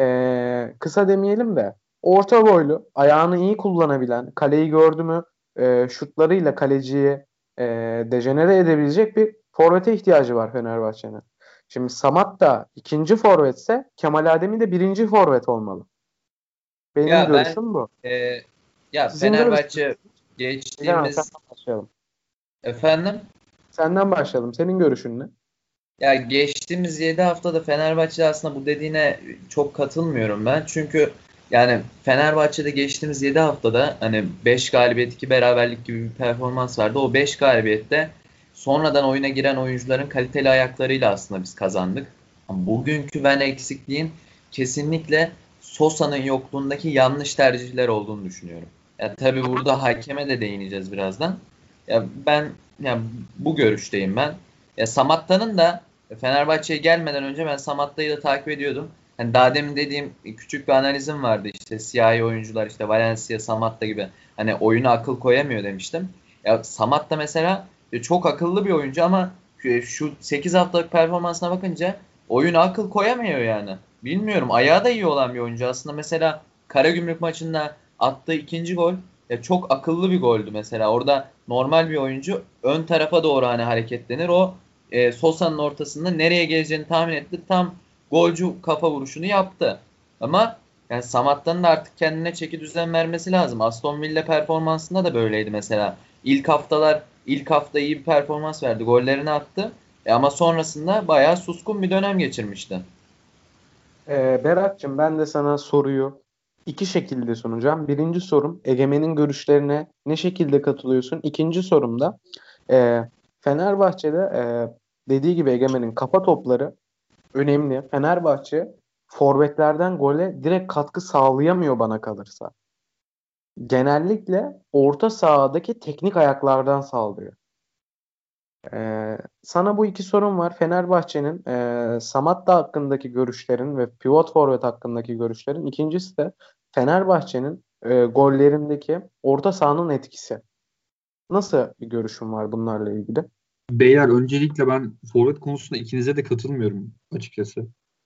e, kısa demeyelim de orta boylu, ayağını iyi kullanabilen, kaleyi gördü mü e, şutlarıyla kaleciyi e, dejenere edebilecek bir forvete ihtiyacı var Fenerbahçe'nin. Şimdi Samat da ikinci forvetse Kemal Ademi de birinci forvet olmalı. Benim Ya ben görüşüm bu. e, ya Sizin Fenerbahçe görüşünüz? geçtiğimiz Senden başlayalım. efendim Senden başlayalım. Senin görüşün ne? ya geçtiğimiz yedi haftada Fenerbahçe aslında bu dediğine çok katılmıyorum ben. Çünkü yani Fenerbahçe'de geçtiğimiz yedi haftada hani beş galibiyet iki beraberlik gibi bir performans vardı. O beş galibiyette sonradan oyuna giren oyuncuların kaliteli ayaklarıyla aslında biz kazandık. Ama bugünkü ben eksikliğin kesinlikle Sosa'nın yokluğundaki yanlış tercihler olduğunu düşünüyorum. Ya tabii burada hakeme de değineceğiz birazdan. Ya ben ya bu görüşteyim ben. Ya Samatta'nın da Fenerbahçe'ye gelmeden önce ben Samatta'yı da takip ediyordum. Hani daha demin dediğim küçük bir analizim vardı işte siyahi oyuncular işte Valencia, Samatta gibi hani oyuna akıl koyamıyor demiştim. Ya Samatta mesela çok akıllı bir oyuncu ama şu sekiz haftalık performansına bakınca oyuna akıl koyamıyor yani. Bilmiyorum, ayağı da iyi olan bir oyuncu aslında. Mesela Karagümrük maçında attığı ikinci gol ya çok akıllı bir goldü mesela. Orada normal bir oyuncu ön tarafa doğru hani hareketlenir. O e, Sosa'nın ortasında nereye geleceğini tahmin etti. Tam golcü kafa vuruşunu yaptı. Ama yani Samatta'nın da artık kendine çeki düzen vermesi lazım. Aston Villa performansında da böyleydi mesela. İlk haftalar, ilk hafta iyi bir performans verdi. Gollerini attı. E ama sonrasında bayağı suskun bir dönem geçirmişti. Ee, Berat'cığım ben de sana soruyu iki şekilde sunacağım. Birinci sorum Egemen'in görüşlerine ne şekilde katılıyorsun? İkinci sorum da e, Fenerbahçe'de e, dediği gibi Egemen'in kafa topları önemli. Fenerbahçe forvetlerden gole direkt katkı sağlayamıyor bana kalırsa. Genellikle orta sahadaki teknik ayaklardan sağlıyor. Ee, sana bu iki sorum var. Fenerbahçe'nin e, Samatta hakkındaki görüşlerin ve pivot forvet hakkındaki görüşlerin. İkincisi de Fenerbahçe'nin e, gollerindeki orta sahanın etkisi. Nasıl bir görüşün var bunlarla ilgili? Beyler öncelikle ben forvet konusunda ikinize de katılmıyorum açıkçası.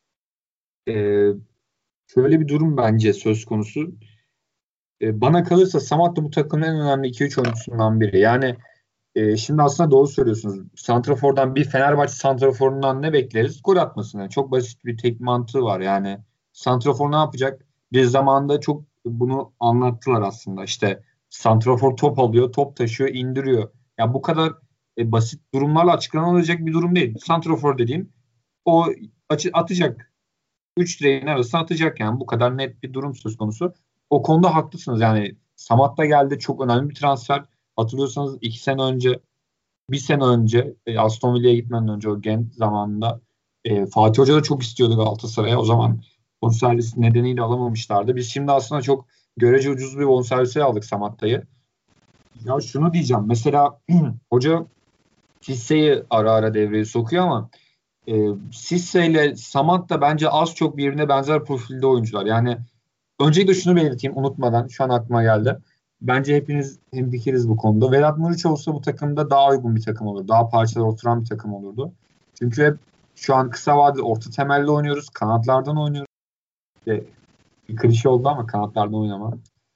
Ee, şöyle bir durum bence söz konusu. Ee, bana kalırsa Samat da bu takımın en önemli iki üç oyuncusundan biri. Yani e, şimdi aslında doğru söylüyorsunuz. Santrafor'dan bir Fenerbahçe santraforundan ne bekleriz? Gol atmasını. Yani çok basit bir tek mantığı var. Yani santrafor ne yapacak? Bir zamanda çok bunu anlattılar aslında. İşte santrafor top alıyor, top taşıyor, indiriyor. Ya bu kadar e, basit durumlarla açıklanabilecek bir durum değil. Santrafor dediğim o açı, atacak. Üç direğin arasına atacak yani. Bu kadar net bir durum söz konusu. O konuda haklısınız. Yani Samat da geldi. Çok önemli bir transfer. Hatırlıyorsanız iki sene önce bir sene önce e, Aston Villa'ya gitmeden önce o Gent zamanında e, Fatih Hoca da çok istiyordu Galatasaray'a. O zaman bonservis nedeniyle alamamışlardı. Biz şimdi aslında çok görece ucuz bir bonservise aldık Samatta'yı. Ya şunu diyeceğim. Mesela hoca Sisse'yi ara ara devreye sokuyor ama e, Sisse ile Samatta bence az çok birbirine benzer profilde oyuncular. Yani öncelikle şunu belirteyim unutmadan şu an aklıma geldi. Bence hepiniz hemfikiriz bu konuda. Vedat Muriç olsa bu takımda daha uygun bir takım olur. Daha parçalar oturan bir takım olurdu. Çünkü hep şu an kısa vadede orta temelli oynuyoruz. Kanatlardan oynuyoruz. İşte, bir klişe oldu ama kanatlardan oynama.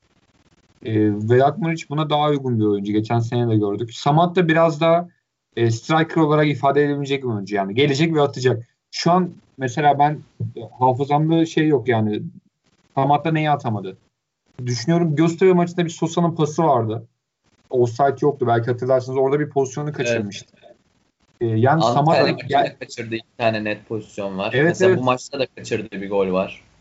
E, Vedat Muriç buna daha uygun bir oyuncu. Geçen sene de gördük. Samat da biraz daha e, striker olarak ifade edilebilecek bir oyuncu. Yani gelecek ve atacak. Şu an mesela ben e, hafızamda şey yok yani. Samat'ta neyi atamadı? Düşünüyorum Göztepe maçında bir Sosa'nın pası vardı. Offside yoktu belki hatırlarsınız. Orada bir pozisyonu kaçırmıştı. Evet. Ee, yani Antalya Samat maçında kaçırdığı iki tane net pozisyon var. evet, Mesela evet. bu maçta da kaçırdığı bir gol var.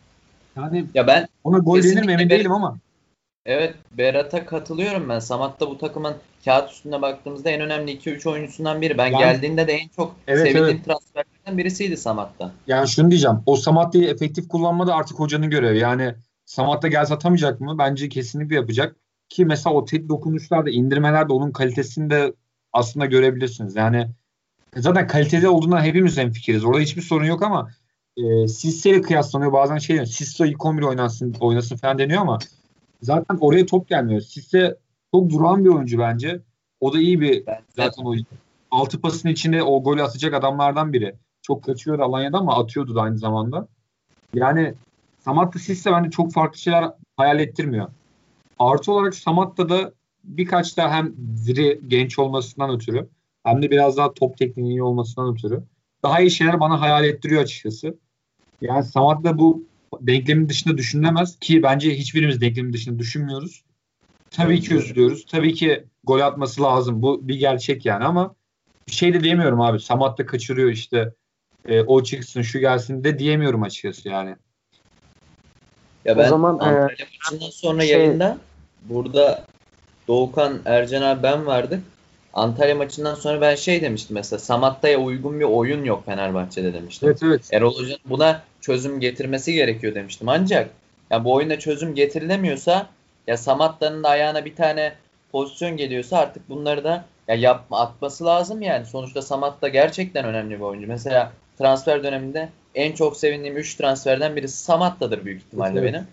Yani Ya ben ona gol denir mi kesinlikle emin Ber- değilim ama. evet, Berat'a katılıyorum ben. Samat da bu takımın kağıt üstünde baktığımızda en önemli iki üç oyuncusundan biri. Ben Yani geldiğinde de en çok evet evet. sevindiğim transferlerden birisiydi Samat'ta. Yani şunu diyeceğim. O Samatta'yı efektif kullanma da artık hocanın görevi. Yani Samatta gelse atamayacak mı? Bence kesinlikle yapacak. Ki mesela o tek dokunuşlarda, indirmelerde onun kalitesini de aslında görebilirsiniz. Yani zaten kaliteli olduğundan hepimiz hemfikiriz. Orada hiçbir sorun yok ama e, Sisse ile kıyaslanıyor. Bazen şey diyor. Sisse ilk on bir oynasın, oynasın falan deniyor ama zaten oraya top gelmiyor. Sisse çok duran bir oyuncu bence. O da iyi bir Bence zaten o altı pasın içinde o golü atacak adamlardan biri. Çok kaçıyor Alanya'da ama atıyordu da aynı zamanda. Yani Samatta Sisse bence çok farklı şeyler hayal ettirmiyor. Artı olarak Samatta'da birkaç daha hem diri genç olmasından ötürü hem de biraz daha top tekniği iyi olmasından ötürü daha iyi şeyler bana hayal ettiriyor açıkçası. Yani Samatta bu denklemin dışında düşünülemez ki bence hiçbirimiz denklemin dışında düşünmüyoruz. Tabii ki üzülüyoruz. Tabii ki gol atması lazım. Bu bir gerçek yani ama bir şey de diyemiyorum abi. Samatta kaçırıyor işte. E, o çıksın şu gelsin de diyemiyorum açıkçası yani. ya O ben zaman e, Antalya maçından sonra şey yayında burada Doğukan, Ercan abi, ben vardık. Antalya maçından sonra ben şey demiştim mesela, Samatta'ya uygun bir oyun yok Fenerbahçe'de demiştim. Evet evet. Erol Hoca'nın buna çözüm getirmesi gerekiyor demiştim. Ancak ya bu oyunda çözüm getirilemiyorsa, ya Samatta'nın da ayağına bir tane pozisyon geliyorsa artık bunları da ya yapma atması lazım yani. Sonuçta Samatta gerçekten önemli bir oyuncu. Mesela transfer döneminde en çok sevindiğim üç transferden birisi Samatta'dır büyük Evet, ihtimalle evet. benim.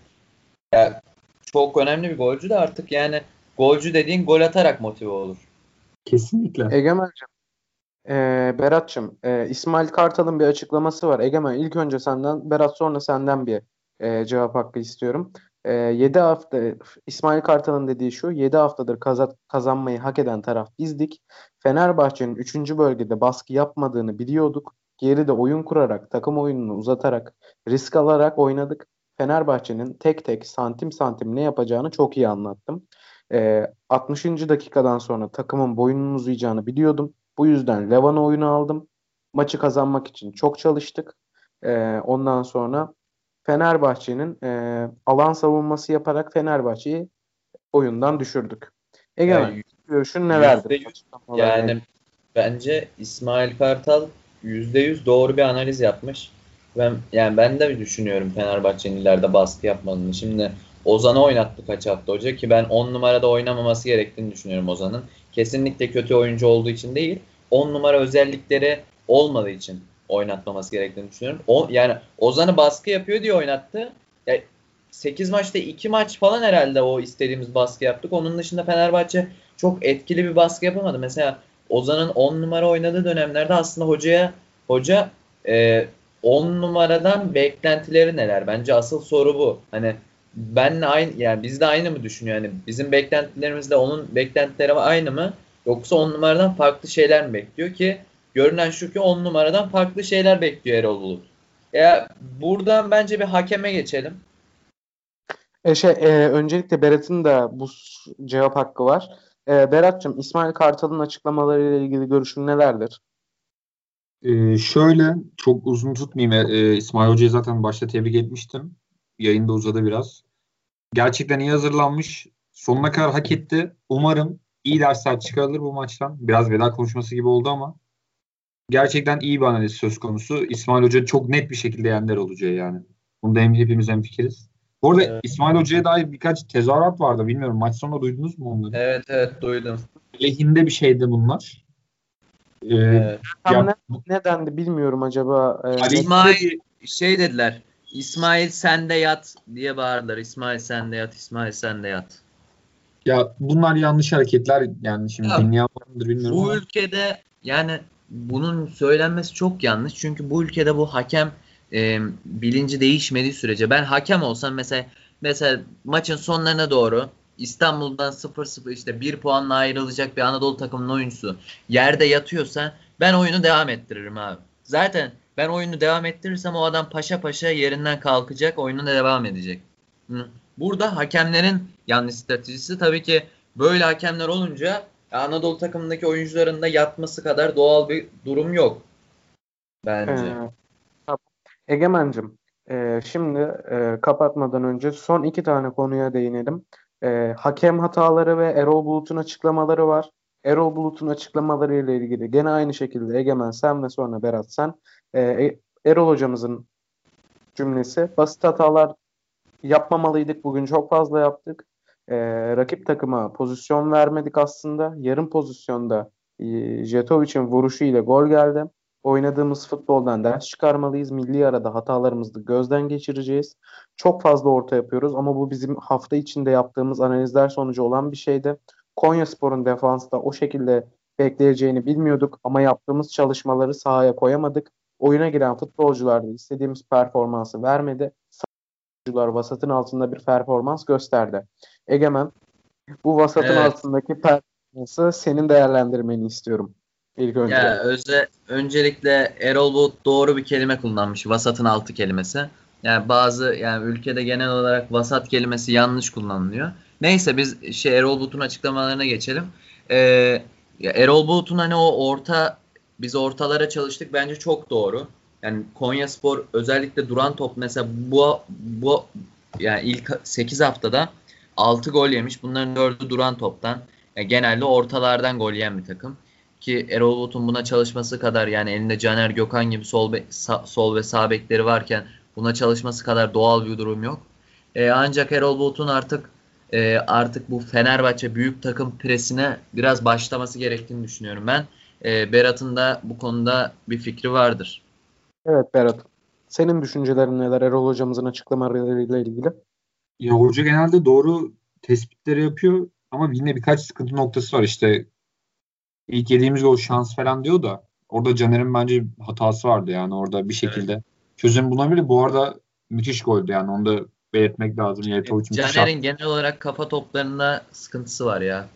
Ya çok önemli bir golcü de artık yani golcü dediğin gol atarak motive olur. Kesinlikle. Egemen'cim, e, Berat'cığım, e, İsmail Kartal'ın bir açıklaması var. Egemen, ilk önce senden, Berat sonra senden bir e, cevap hakkı istiyorum. E, yedi hafta İsmail Kartal'ın dediği şu: yedi haftadır kaza- kazanmayı hak eden taraf bizdik. Fenerbahçe'nin üçüncü bölgede baskı yapmadığını biliyorduk. Geride oyun kurarak, takım oyununu uzatarak, risk alarak oynadık. Fenerbahçe'nin tek tek santim santim ne yapacağını çok iyi anlattım. E, altmışıncı dakikadan sonra takımın boyunun uzayacağını biliyordum. Bu yüzden Levan oyunu aldım. Maçı kazanmak için çok çalıştık. Ee, ondan sonra Fenerbahçe'nin e, alan savunması yaparak Fenerbahçe'yi oyundan düşürdük. Egemen, Yani görüşün nelerdir yüzde bu yüz açıklamalarla yani ilgili? bence İsmail Kartal yüzde yüz doğru bir analiz yapmış. Ben yani ben de düşünüyorum Fenerbahçe'nin ileride baskı yapmadığını. Şimdi Ozan'ı oynattı kaç hafta hoca ki ben on numarada oynamaması gerektiğini düşünüyorum Ozan'ın. Kesinlikle kötü oyuncu olduğu için değil, on numara özellikleri olmadığı için oynatmaması gerektiğini düşünüyorum. O yani Ozan'ı baskı yapıyor diye oynattı. Ya sekiz maçta iki maç falan herhalde o istediğimiz baskı yaptık. Onun dışında Fenerbahçe çok etkili bir baskı yapamadı. Mesela Ozan'ın on numara oynadığı dönemlerde aslında hocaya hoca e, on numaradan beklentileri neler? Bence asıl soru bu. Hani benle aynı yani biz de aynı mı düşünüyor? Yani bizim beklentilerimizle onun beklentileri aynı mı? Yoksa on numaradan farklı şeyler mi bekliyor ki? Görünen şu ki on numaradan farklı şeyler bekliyor Erol Bulut. Ya buradan bence bir hakeme geçelim. E şey, e, öncelikle Berat'ın da bu s- cevap hakkı var. E, Berat'cığım, İsmail Kartal'ın açıklamalarıyla ilgili görüşün nelerdir? Ee, şöyle çok uzun tutmayayım. Ee, İsmail Hoca'yı zaten başta tebrik etmiştim. Yayında uzadı biraz. Gerçekten iyi hazırlanmış. Sonuna kadar hak etti. Umarım iyi dersler çıkarılır bu maçtan. Biraz veda konuşması gibi oldu ama gerçekten iyi bir analiz söz konusu. İsmail Hoca çok net bir şekilde yendi Hoca'yı yani. Bunda hem hepimiz hemfikiriz. Bu arada Evet, İsmail Hoca'ya dair birkaç tezahürat vardı. Bilmiyorum maç sonunda duydunuz mu onları? evet, evet, duydum. Lehinde bir şeydi bunlar. Ee, Evet. Tam ya ne, nedendi bilmiyorum acaba. E, net aleyhinde İsmail bir şey dediler. İsmail sen de yat diye bağırdılar. İsmail sen de yat, İsmail sen de yat. ya bunlar yanlış hareketler yani şimdi Ya dinleyen var mıdır bilmiyorum bu ama ülkede yani bunun söylenmesi çok yanlış. Çünkü bu ülkede bu hakem e, bilinci değişmediği sürece ben hakem olsam mesela mesela maçın sonlarına doğru İstanbul'dan sıfır sıfır işte bir puanla ayrılacak bir Anadolu takımının oyuncusu yerde yatıyorsa ben oyunu devam ettiririm abi. Zaten ben oyunu devam ettirirsem o adam paşa paşa yerinden kalkacak, oyununa devam edecek. Hı. Burada hakemlerin yanlış stratejisi tabii ki böyle hakemler olunca Anadolu takımındaki oyuncuların da yatması kadar doğal bir durum yok e, bence. Egemen'cim, Ee, şimdi e, kapatmadan önce son iki tane konuya değinelim. Ee, hakem hataları ve Erol Bulut'un açıklamaları var. Erol Bulut'un açıklamaları ile ilgili gene aynı şekilde Egemen sen ve sonra Berat sen. Ee, E- Erol hocamızın cümlesi: basit hatalar yapmamalıydık. Bugün çok fazla yaptık. Ee, rakip takıma pozisyon vermedik aslında. Yarım pozisyonda e, Jetovic'in vuruşu ile gol geldi. Oynadığımız futboldan ders çıkarmalıyız. Milli arada hatalarımızı gözden geçireceğiz. Çok fazla orta yapıyoruz ama bu bizim hafta içinde yaptığımız analizler sonucu olan bir şeydi. Konyaspor'un defansta o şekilde bekleyeceğini bilmiyorduk ama yaptığımız çalışmaları sahaya koyamadık. Oyuna giren futbolcular da istediğimiz performansı vermedi. Oyuncular vasatın altında bir performans gösterdi. Egemen, bu vasatın Evet. altındaki performansı senin değerlendirmeni istiyorum ilk önce. Ya öze, öncelikle Erol Bulut doğru bir kelime kullanmış. Vasatın altı kelimesi. Yani bazı yani ülkede genel olarak vasat kelimesi yanlış kullanılıyor. Neyse biz şey Erol Bulut'un açıklamalarına geçelim. Ee, ya Erol Bulut'un hani o orta biz ortalara çalıştık bence çok doğru. Yani Konyaspor özellikle duran top mesela bu bu yani ilk sekiz haftada altı gol yemiş. Bunların dördü duran toptan. Yani genelde ortalardan gol yiyen bir takım. Ki Erol Bulut'un buna çalışması kadar yani elinde Caner Gökhan gibi sol, be, sa, sol ve sağ bekleri varken buna çalışması kadar doğal bir durum yok. E, ancak Erol Bulut'un artık e, artık bu Fenerbahçe büyük takım presine biraz başlaması gerektiğini düşünüyorum ben. E, Berat'ın da bu konuda bir fikri vardır. Evet Berat, senin düşüncelerin neler Erol hocamızın açıklamalarıyla ilgili? Ya hoca genelde doğru tespitleri yapıyor ama yine birkaç sıkıntı noktası var. İşte ilk yediğimiz gol şans falan diyor da orada Caner'in bence hatası vardı yani orada bir Evet. şekilde çözüm bulabilir. Bu arada müthiş goldü yani onu da belirtmek lazım. E, Yeltoviç müthiş attı. Caner'in genel olarak kafa toplarında sıkıntısı var ya.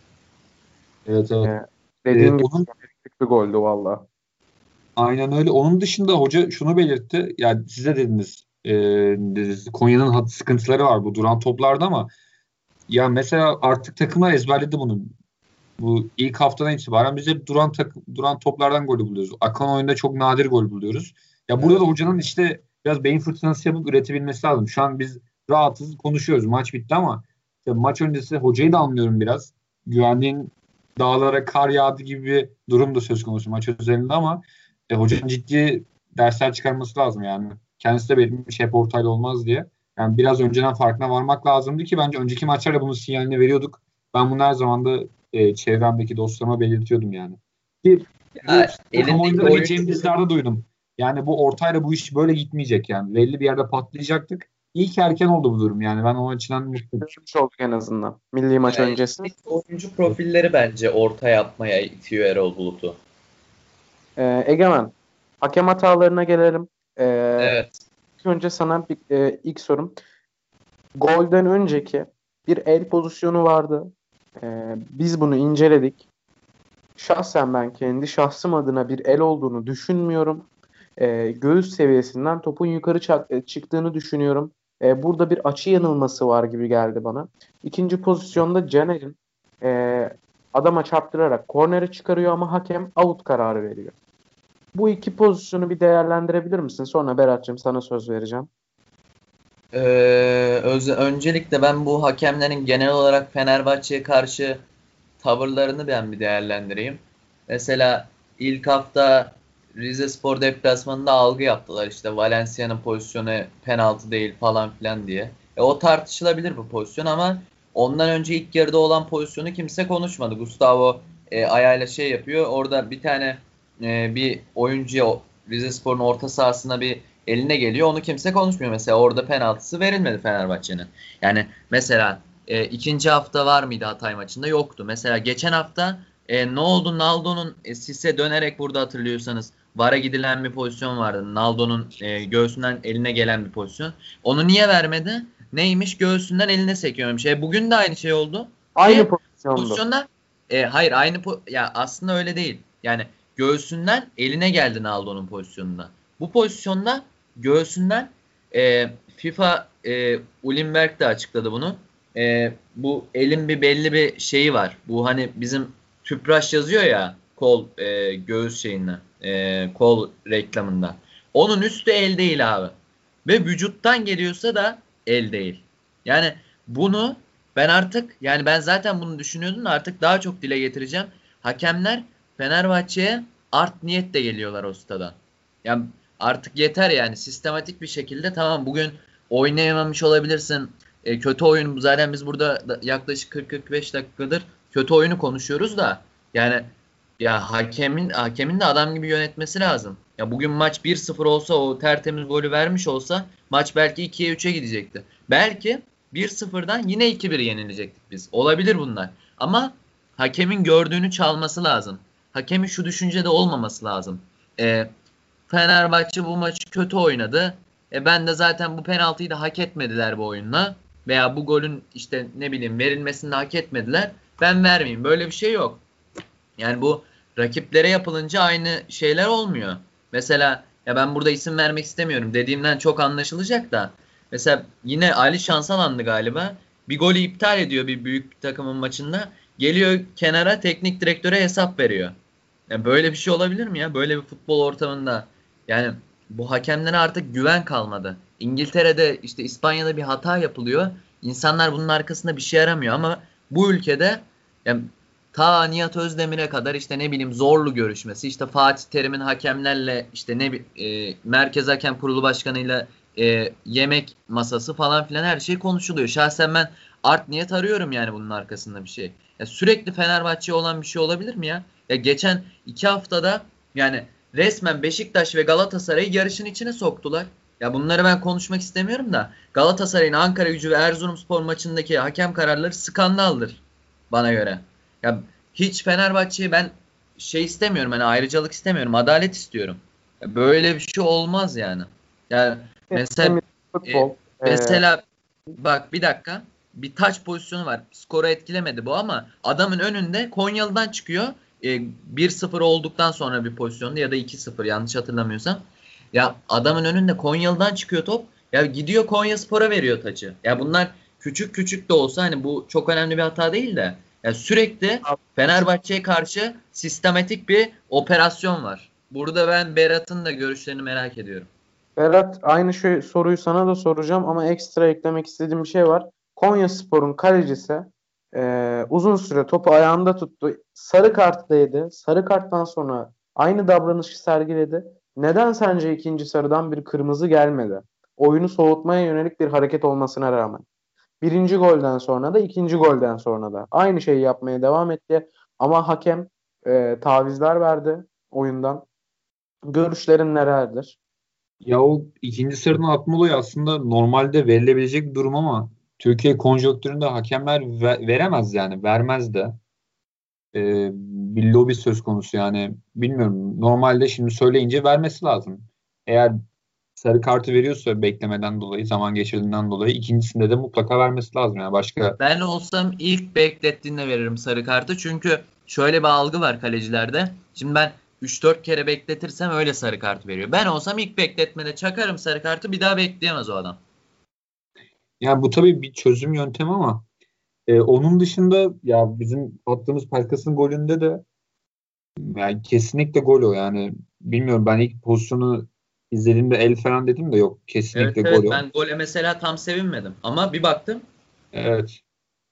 Evet, evet. Ee, Ee, dediğin gibi onun büyük bir goldü valla. aynen öyle. Onun dışında hoca şunu belirtti. Yani size dediniz e, dediniz, Konya'nın hat- sıkıntıları var bu duran toplarda ama ya mesela artık takımlar ezberledi bunu. Bu ilk haftadan itibaren biz hep duran tak, duran toplardan golü buluyoruz. Akan oyunda çok nadir gol buluyoruz. Ya burada Evet. da hocanın işte biraz beyin fırtınası yapıp üretebilmesi lazım. Şu an biz rahatız konuşuyoruz. Maç bitti ama işte maç öncesi hocayı da anlıyorum biraz. Güvendiğin dağlara kar yağdı gibi bir durum da söz konusu maç özelinde ama e, hocanın ciddi dersler çıkarması lazım yani. Kendisi de belirtmiş hep ortayla olmaz diye. Yani biraz önceden farkına varmak lazımdı ki bence önceki maçlarda bunun sinyalini veriyorduk. Ben bunu her zaman da e, çevremdeki dostlarıma belirtiyordum yani. Ki bu Ya, bu kamuoyunda elindeki da bir oyuncu Cem Dizdar'da duydum. Yani bu ortayla bu iş böyle gitmeyecek yani. Belli bir yerde patlayacaktık. İyi ki erken oldu bu durum yani. Ben o açıdan mutluyum. Görmüş olduk en azından. Milli maç yani öncesi. elindeki oyuncu profilleri bence orta yapmaya itiyor Erol Bulut'u. Ee, Egemen, hakem hatalarına gelelim. Ee, Evet. ilk önce sana bir, e, ilk sorum. Golden önceki bir el pozisyonu vardı. Ee, biz bunu inceledik. Şahsen ben kendi şahsım adına bir el olduğunu düşünmüyorum. Ee, göğüs seviyesinden topun yukarı çak- e, çıktığını düşünüyorum. Ee, burada bir açı yanılması var gibi geldi bana. İkinci pozisyonda Caner'in e, adama çarptırarak korneri çıkarıyor ama hakem out kararı veriyor. Bu iki pozisyonu bir değerlendirebilir misin? Sonra Berat'cığım sana söz vereceğim. Ee, öz- öncelikle ben bu hakemlerin genel olarak Fenerbahçe'ye karşı tavırlarını ben bir değerlendireyim. Mesela ilk hafta Rizespor deplasmanında algı yaptılar. İşte Valencia'nın pozisyonu penaltı değil falan filan diye. E, o tartışılabilir bu pozisyon ama ondan önce ilk yarıda olan pozisyonu kimse konuşmadı. Gustavo e, ayağıyla şey yapıyor. Orada bir tane e, bir oyuncuya o- Rizespor'un orta sahasına bir eline geliyor. Onu kimse konuşmuyor. Mesela orada penaltısı verilmedi Fenerbahçe'nin. Yani mesela e, ikinci hafta var mıydı Hatay maçında? Yoktu. Mesela geçen hafta e, ne oldu? Naldo'nun e, Sisse dönerek burada hatırlıyorsanız VAR'a gidilen bir pozisyon vardı. Naldo'nun e, göğsünden eline gelen bir pozisyon. Onu niye vermedi? Neymiş? Göğsünden eline sekiyormuş. E, bugün de aynı şey oldu. Aynı Ve pozisyondu. pozisyonda e, hayır aynı po- ya aslında öyle değil. Yani göğsünden eline geldi Naldo'nun pozisyonunda. Bu pozisyonda göğsünden e, FIFA e, Ulimberg de açıkladı bunu. E, bu elin bir belli bir şeyi var. Bu hani bizim tüpraş yazıyor ya kol e, göğüs şeyinden e, kol reklamında. Onun üstü el değil abi. ve vücuttan geliyorsa da el değil. Yani bunu ben artık yani ben zaten bunu düşünüyordum da artık daha çok dile getireceğim. Hakemler Fenerbahçe'ye art niyetle geliyorlar o stada. Yani artık yeter yani sistematik bir şekilde tamam bugün oynayamamış olabilirsin. E, kötü oyun zaten biz burada yaklaşık kırk kırk beş dakikadır kötü oyunu konuşuyoruz da yani ya hakemin hakemin de adam gibi yönetmesi lazım. Ya bugün maç bir sıfır olsa o tertemiz golü vermiş olsa maç belki ikiye üçe gidecekti. Belki bir sıfırdan yine iki bir yenilecektik biz. Olabilir bunlar. Ama hakemin gördüğünü çalması lazım. Hakemin şu düşüncede olmaması lazım. E, Fenerbahçe bu maçı kötü oynadı. E ben de zaten bu penaltıyı da hak etmediler bu oyunla. Veya bu golün işte ne bileyim verilmesini de hak etmediler. Ben vermeyeyim. Böyle bir şey yok. Yani bu rakiplere yapılınca aynı şeyler olmuyor. Mesela ya ben burada isim vermek istemiyorum. Dediğimden çok anlaşılacak da. Mesela yine Ali Şansalan'dı galiba. Bir golü iptal ediyor bir büyük takımın maçında. Geliyor kenara teknik direktöre hesap veriyor. Yani böyle bir şey olabilir mi ya? Böyle bir futbol ortamında. Yani bu hakemlere artık güven kalmadı. İngiltere'de işte İspanya'da bir hata yapılıyor. İnsanlar bunun arkasında bir şey aramıyor ama bu ülkede yani ta Nihat Özdemir'e kadar işte ne bileyim Zorlu görüşmesi, işte Fatih Terim'in hakemlerle işte ne e, Merkez Hakem Kurulu Başkanı'yla e, yemek masası falan filan her şey konuşuluyor. Şahsen ben art niyet arıyorum yani bunun arkasında bir şey. Ya sürekli Fenerbahçe'ye olan bir şey olabilir mi ya? Ya geçen iki haftada yani resmen Beşiktaş ve Galatasaray'ı yarışın içine soktular. Ya bunları ben konuşmak istemiyorum da Galatasaray'ın Ankaragücü ve Erzurumspor maçındaki hakem kararları skandaldır bana göre. Ya hiç Fenerbahçe'yi ben şey istemiyorum hani ayrıcalık istemiyorum. Adalet istiyorum. Ya böyle bir şey olmaz yani. Yani mesela e, Futbol. E, mesela bak bir dakika. Bir taç pozisyonu var. Skoru etkilemedi bu ama adamın önünde Konyalı'dan çıkıyor. E, bir sıfır olduktan sonra bir pozisyonda ya da iki sıfır yanlış hatırlamıyorsam. Ya adamın önünde Konyalı'dan çıkıyor top. Ya gidiyor Konyaspor'a veriyor taçı. Ya bunlar küçük küçük de olsa hani bu çok önemli bir hata değil de ya sürekli Fenerbahçe'ye karşı sistematik bir operasyon var. Burada ben Berat'ın da görüşlerini merak ediyorum. Berat, aynı şey, soruyu sana da soracağım ama ekstra eklemek istediğim bir şey var. Konyaspor'un kalecisi e, uzun süre topu ayağında tuttu. Sarı kartlıydı. Sarı karttan sonra aynı davranışı sergiledi. Neden sence ikinci sarıdan bir kırmızı gelmedi? Oyunu soğutmaya yönelik bir hareket olmasına rağmen. Birinci golden sonra da ikinci golden sonra da aynı şeyi yapmaya devam etti. Ama hakem e, tavizler verdi oyundan. Görüşlerin nelerdir? Ya o ikinci sıradan atma olayı aslında normalde verilebilecek bir durum ama Türkiye konjonktüründe hakemler ve- veremez yani vermez de. Ee, bir lobi söz konusu yani bilmiyorum. Normalde şimdi söyleyince vermesi lazım. Eğer sarı kartı veriyorsa beklemeden dolayı, zaman geçirdiğinden dolayı ikincisinde de mutlaka vermesi lazım. Yani başka. Ben olsam ilk beklettiğinde veririm sarı kartı. Çünkü şöyle bir algı var kalecilerde. Şimdi ben üç dört kere bekletirsem öyle sarı kart veriyor. Ben olsam ilk bekletmede çakarım sarı kartı bir daha bekleyemez o adam. Yani bu tabii bir çözüm yöntemi ama e, onun dışında ya bizim attığımız Pelkas'ın golünde de yani kesinlikle gol o yani. Bilmiyorum, ben ilk pozisyonu izlediğimde el falan dedim de yok, Evet kesinlikle gol evet o. ben gole mesela tam sevinmedim. Ama bir baktım. Evet.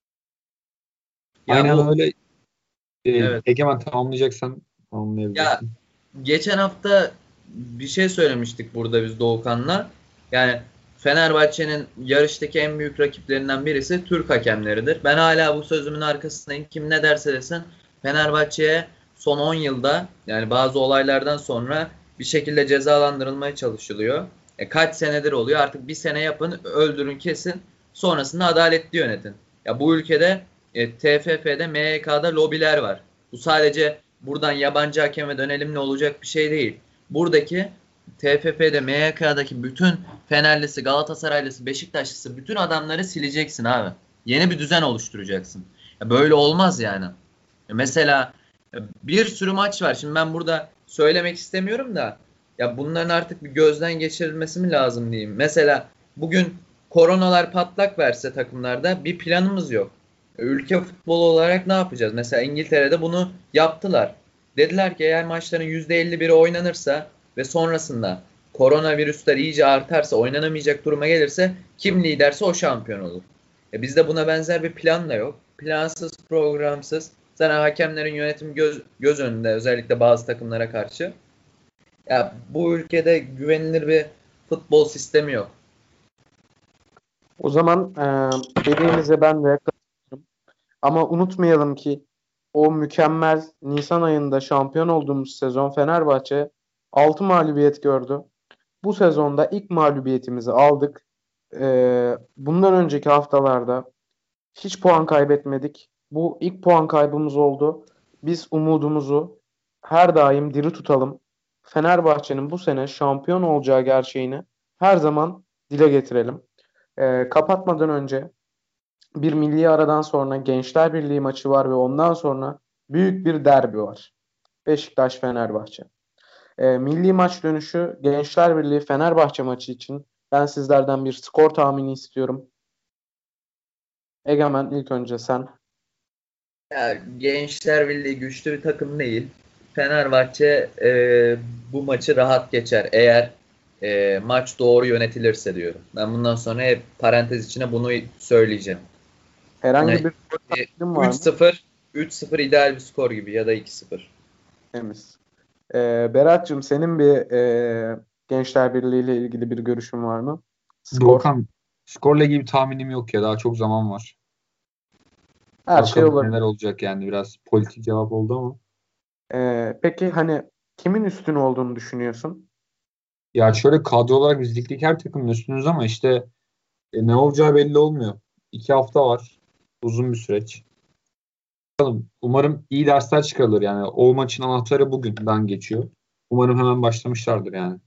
Ya Aynen bu öyle. E, evet. Egemen, tamamlayacaksan Ya tamamlayabilirsin. geçen hafta bir şey söylemiştik burada biz Doğukan'la. Yani Fenerbahçe'nin yarıştaki en büyük rakiplerinden birisi Türk hakemleridir. Ben hala bu sözümün arkasındayım. Kim ne derse desin Fenerbahçe'ye son on yılda yani bazı olaylardan sonra bir şekilde cezalandırılmaya çalışılıyor. E kaç senedir oluyor? Artık bir sene yapın, öldürün, kesin. Sonrasında adaletli yönetin. Ya bu ülkede e, T F F'de, M Y K'da lobiler var. Bu sadece buradan yabancı hakeme dönelim ne olacak bir şey değil. Buradaki T F F'de, M Y K'daki bütün Fenerlisi, Galatasaraylısı, Beşiktaşlısı bütün adamları sileceksin abi. Yeni bir düzen oluşturacaksın. Ya böyle olmaz yani. Ya mesela bir sürü maç var. Şimdi ben burada söylemek istemiyorum da ya bunların artık bir gözden geçirilmesi mi lazım diyeyim. Mesela bugün koronalar patlak verse takımlarda bir planımız yok. Ülke futbolu olarak ne yapacağız? Mesela İngiltere'de bunu yaptılar. Dediler ki eğer maçların yüzde elli biri oynanırsa ve sonrasında koronavirüsler iyice artarsa, oynanamayacak duruma gelirse kim liderse o şampiyon olur. E bizde buna benzer bir plan da yok. Plansız, programsız. Zaten hakemlerin yönetimi göz, göz önünde, özellikle bazı takımlara karşı. Ya bu ülkede güvenilir bir futbol sistemi yok. O zaman e, dediğinize ben de katılıyorum. Ama unutmayalım ki o mükemmel Nisan ayında şampiyon olduğumuz sezon Fenerbahçe altı mağlubiyet gördü. Bu sezonda ilk mağlubiyetimizi aldık. E, bundan önceki haftalarda hiç puan kaybetmedik. Bu ilk puan kaybımız oldu. Biz umudumuzu her daim diri tutalım. Fenerbahçe'nin bu sene şampiyon olacağı gerçeğini her zaman dile getirelim. Ee, kapatmadan önce bir milli aradan sonra Gençler Birliği maçı var ve ondan sonra büyük bir derbi var. Beşiktaş-Fenerbahçe. Ee, milli maç dönüşü Gençler Birliği Fenerbahçe maçı için ben sizlerden bir skor tahmini istiyorum. Egemen, ilk önce sen. Ya, Gençler Birliği güçlü bir takım değil. Fenerbahçe e, bu maçı rahat geçer eğer e, maç doğru yönetilirse diyorum. Ben bundan sonra hep parantez içine bunu söyleyeceğim. Herhangi Yani, bir skor e, tahminin var mı? üç sıfır üç sıfır ideal bir skor gibi ya da iki sıfır. Temiz. Ee, Berat'cığım, senin bir e, Gençler Birliği ile ilgili bir görüşün var mı? Skor. Doğukan, skorla ilgili bir tahminim yok ya. Daha çok zaman var. Her şey Bakalım olabilir. neler olacak yani. Biraz politik cevap oldu ama. Ee, peki hani kimin üstün olduğunu düşünüyorsun? Ya şöyle kadro olarak biz ligdeki her takımın üstünüz ama işte e, ne olacağı belli olmuyor. İki hafta var. Uzun bir süreç. Bakalım. Umarım iyi dersler çıkarılır. Yani o maçın anahtarı bugünden geçiyor. Umarım hemen başlamışlardır yani.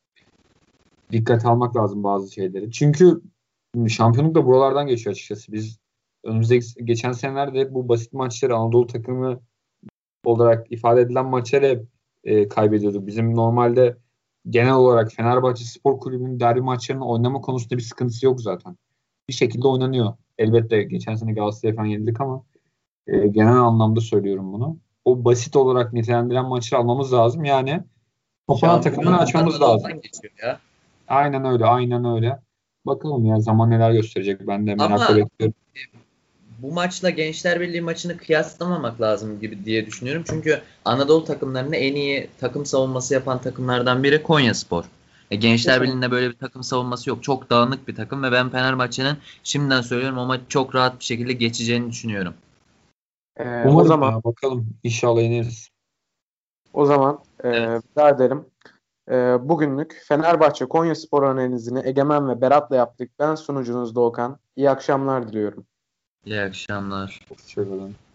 Dikkat almak lazım bazı şeyleri. Çünkü şampiyonluk da buralardan geçiyor açıkçası. Biz önümüzdeki geçen senelerde hep bu basit maçları Anadolu takımı olarak ifade edilen maçları hep e, kaybediyorduk. Bizim normalde genel olarak Fenerbahçe Spor Kulübü'nün derbi maçlarını oynama konusunda bir sıkıntısı yok zaten. Bir şekilde oynanıyor. Elbette geçen sene Galatasaray'a falan yenildik ama e, genel anlamda söylüyorum bunu. O basit olarak nitelendiren maçları almamız lazım. Yani kapanan takımını açmamız lazım. Geçiyor ya. Aynen öyle, aynen öyle. Bakalım ya zaman neler gösterecek. Ben de merakla Ama bekliyorum. bu maçla Gençler Birliği maçını kıyaslamamak lazım gibi diye düşünüyorum. Çünkü Anadolu takımlarında en iyi takım savunması yapan takımlardan biri Konyaspor. E, Gençler Birliği'nde böyle bir takım savunması yok. Çok dağınık bir takım ve ben Fenerbahçe'nin şimdiden söylüyorum o maçı çok rahat bir şekilde geçeceğini düşünüyorum. Ee, Umarım o zaman ya, bakalım. İnşallah yeneriz. o zaman e, Evet. rica ederim. E, bugünlük Fenerbahçe Konyaspor analizini Egemen ve Berat'la yaptık. Ben sunucunuz Doğukan. İyi akşamlar diliyorum. İyi akşamlar. Hoşçakalın.